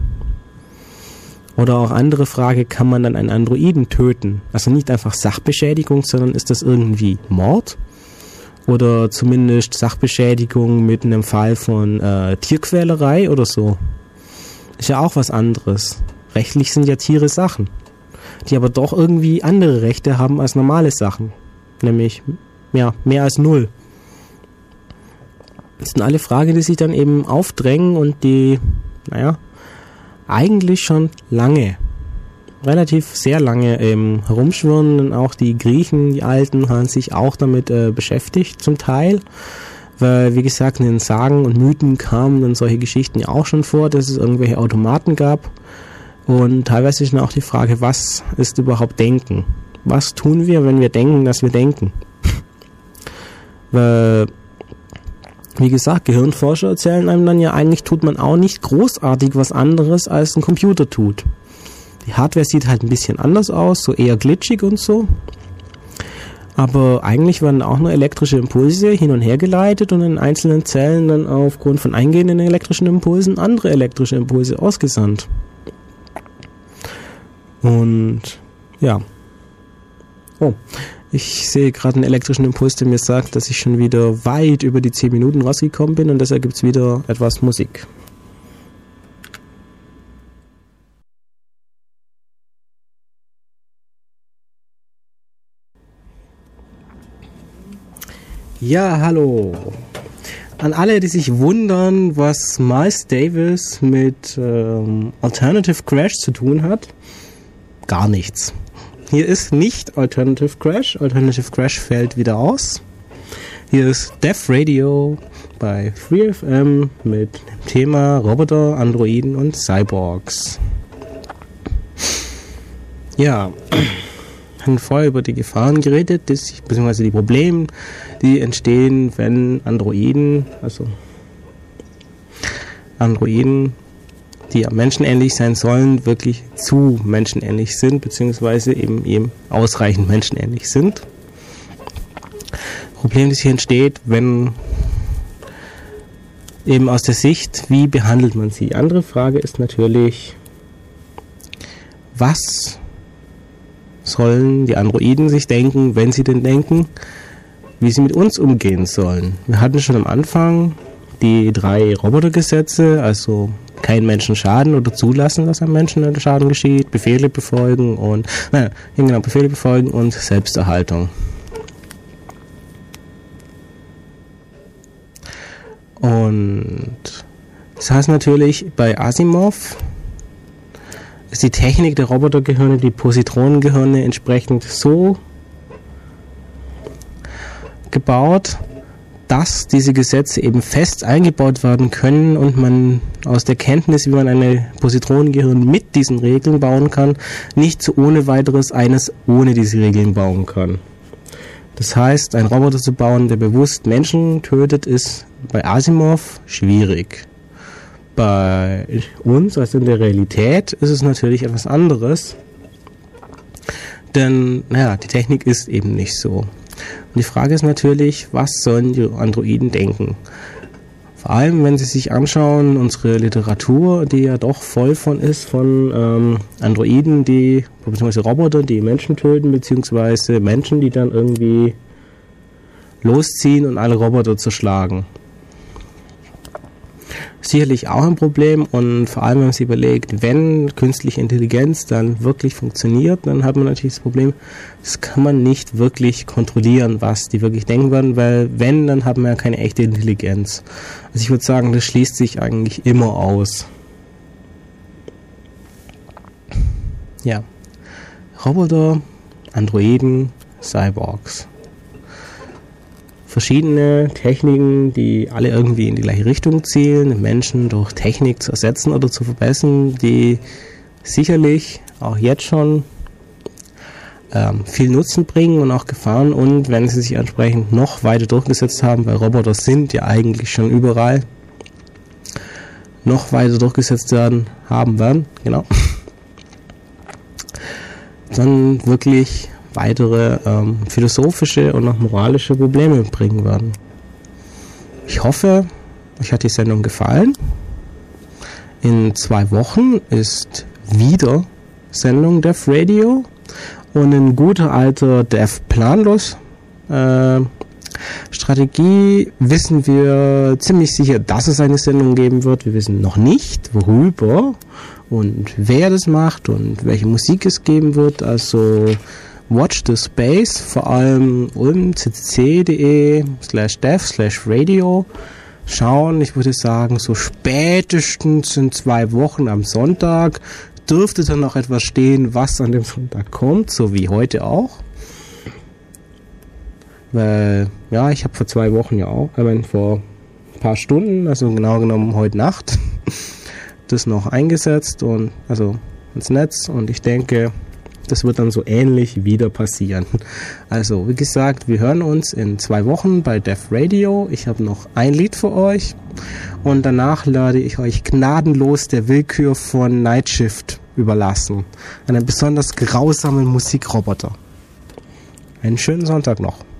Oder auch andere Frage, kann man dann einen Androiden töten? Also nicht einfach Sachbeschädigung, sondern ist das irgendwie Mord? Oder zumindest Sachbeschädigung mit einem Fall von Tierquälerei oder so? Ist ja auch was anderes. Rechtlich sind ja Tiere Sachen, die aber doch irgendwie andere Rechte haben als normale Sachen. Nämlich ja, mehr als 0. Das sind alle Fragen, die sich dann eben aufdrängen und die, naja, eigentlich schon lange, relativ sehr lange herumschwirren. Und auch die Griechen, die Alten, haben sich auch damit beschäftigt zum Teil. Weil, wie gesagt, in den Sagen und Mythen kamen dann solche Geschichten ja auch schon vor, dass es irgendwelche Automaten gab. Und teilweise ist dann auch die Frage, was ist überhaupt Denken? Was tun wir, wenn wir denken, dass wir denken? Weil, wie gesagt, Gehirnforscher erzählen einem dann ja, eigentlich tut man auch nicht großartig was anderes, als ein Computer tut. Die Hardware sieht halt ein bisschen anders aus, so eher glitschig und so. Aber eigentlich werden auch nur elektrische Impulse hin und her geleitet und in einzelnen Zellen dann aufgrund von eingehenden elektrischen Impulsen andere elektrische Impulse ausgesandt. Und ja. Oh, ich sehe gerade einen elektrischen Impuls, der mir sagt, dass ich schon wieder weit über die 10 Minuten rausgekommen bin und deshalb gibt es wieder etwas Musik. Ja, hallo. An alle, die sich wundern, was Miles Davis mit Alternative Crash zu tun hat, gar nichts. Hier ist nicht Alternative Crash. Alternative Crash fällt wieder aus. Hier ist Def Radio bei FreeFM mit dem Thema Roboter, Androiden und Cyborgs. Ja, wir haben vorher über die Gefahren geredet, beziehungsweise die Probleme, die entstehen, wenn Androiden, die ja menschenähnlich sein sollen, wirklich zu menschenähnlich sind, beziehungsweise eben ausreichend menschenähnlich sind. Problem, das hier entsteht, wenn eben aus der Sicht, wie behandelt man sie? Andere Frage ist natürlich, was sollen die Androiden sich denken, wenn sie denn denken, wie sie mit uns umgehen sollen. Wir hatten schon am Anfang die 3 Robotergesetze, also keinen Menschen schaden oder zulassen, dass einem Menschen Schaden geschieht, Befehle befolgen und Befehle befolgen und Selbsterhaltung. Und das heißt natürlich, bei Asimov ist die Technik der Robotergehirne, die Positronengehirne entsprechend so gebaut, dass diese Gesetze eben fest eingebaut werden können und man aus der Kenntnis, wie man eine Positronengehirn mit diesen Regeln bauen kann, nicht so ohne weiteres eines ohne diese Regeln bauen kann. Das heißt, einen Roboter zu bauen, der bewusst Menschen tötet, ist bei Asimov schwierig. Bei uns, also in der Realität, ist es natürlich etwas anderes, denn die Technik ist eben nicht so. Und die Frage ist natürlich, was sollen die Androiden denken? Vor allem, wenn Sie sich anschauen, unsere Literatur, die ja doch voll von Androiden, beziehungsweise Roboter, die Menschen töten, beziehungsweise Menschen, die dann irgendwie losziehen und alle Roboter zerschlagen. Sicherlich auch ein Problem, und vor allem, wenn man sich überlegt, wenn künstliche Intelligenz dann wirklich funktioniert, dann hat man natürlich das Problem, das kann man nicht wirklich kontrollieren, was die wirklich denken werden, weil wenn, dann haben wir ja keine echte Intelligenz. Also ich würde sagen, das schließt sich eigentlich immer aus. Ja, Roboter, Androiden, Cyborgs. Verschiedene Techniken, die alle irgendwie in die gleiche Richtung zielen, Menschen durch Technik zu ersetzen oder zu verbessern, die sicherlich auch jetzt schon viel Nutzen bringen und auch Gefahren, und wenn sie sich entsprechend noch weiter durchgesetzt haben, weil Roboter sind ja eigentlich schon überall, noch weiter durchgesetzt werden, genau, dann wirklich weitere philosophische und auch moralische Probleme bringen werden. Ich hoffe, euch hat die Sendung gefallen. In 2 Wochen ist wieder Sendung Dev Radio und in guter alter Dev Planlos Strategie wissen wir ziemlich sicher, dass es eine Sendung geben wird. Wir wissen noch nicht, worüber und wer das macht und welche Musik es geben wird. Also Watch the Space, vor allem ulm.ccc.de/dev/radio schauen. Ich würde sagen, so spätestens in 2 Wochen am Sonntag dürfte dann noch etwas stehen, was an dem Sonntag kommt, so wie heute auch. Weil, ja, ich habe vor 2 Wochen vor ein paar Stunden, also genau genommen heute Nacht, das noch eingesetzt und also ins Netz, und ich denke, das wird dann so ähnlich wieder passieren. Also, wie gesagt, wir hören uns in 2 Wochen bei Dev Radio. Ich habe noch ein Lied für euch und danach lade ich euch gnadenlos der Willkür von Night Shift überlassen. Einen besonders grausamen Musikroboter. Einen schönen Sonntag noch.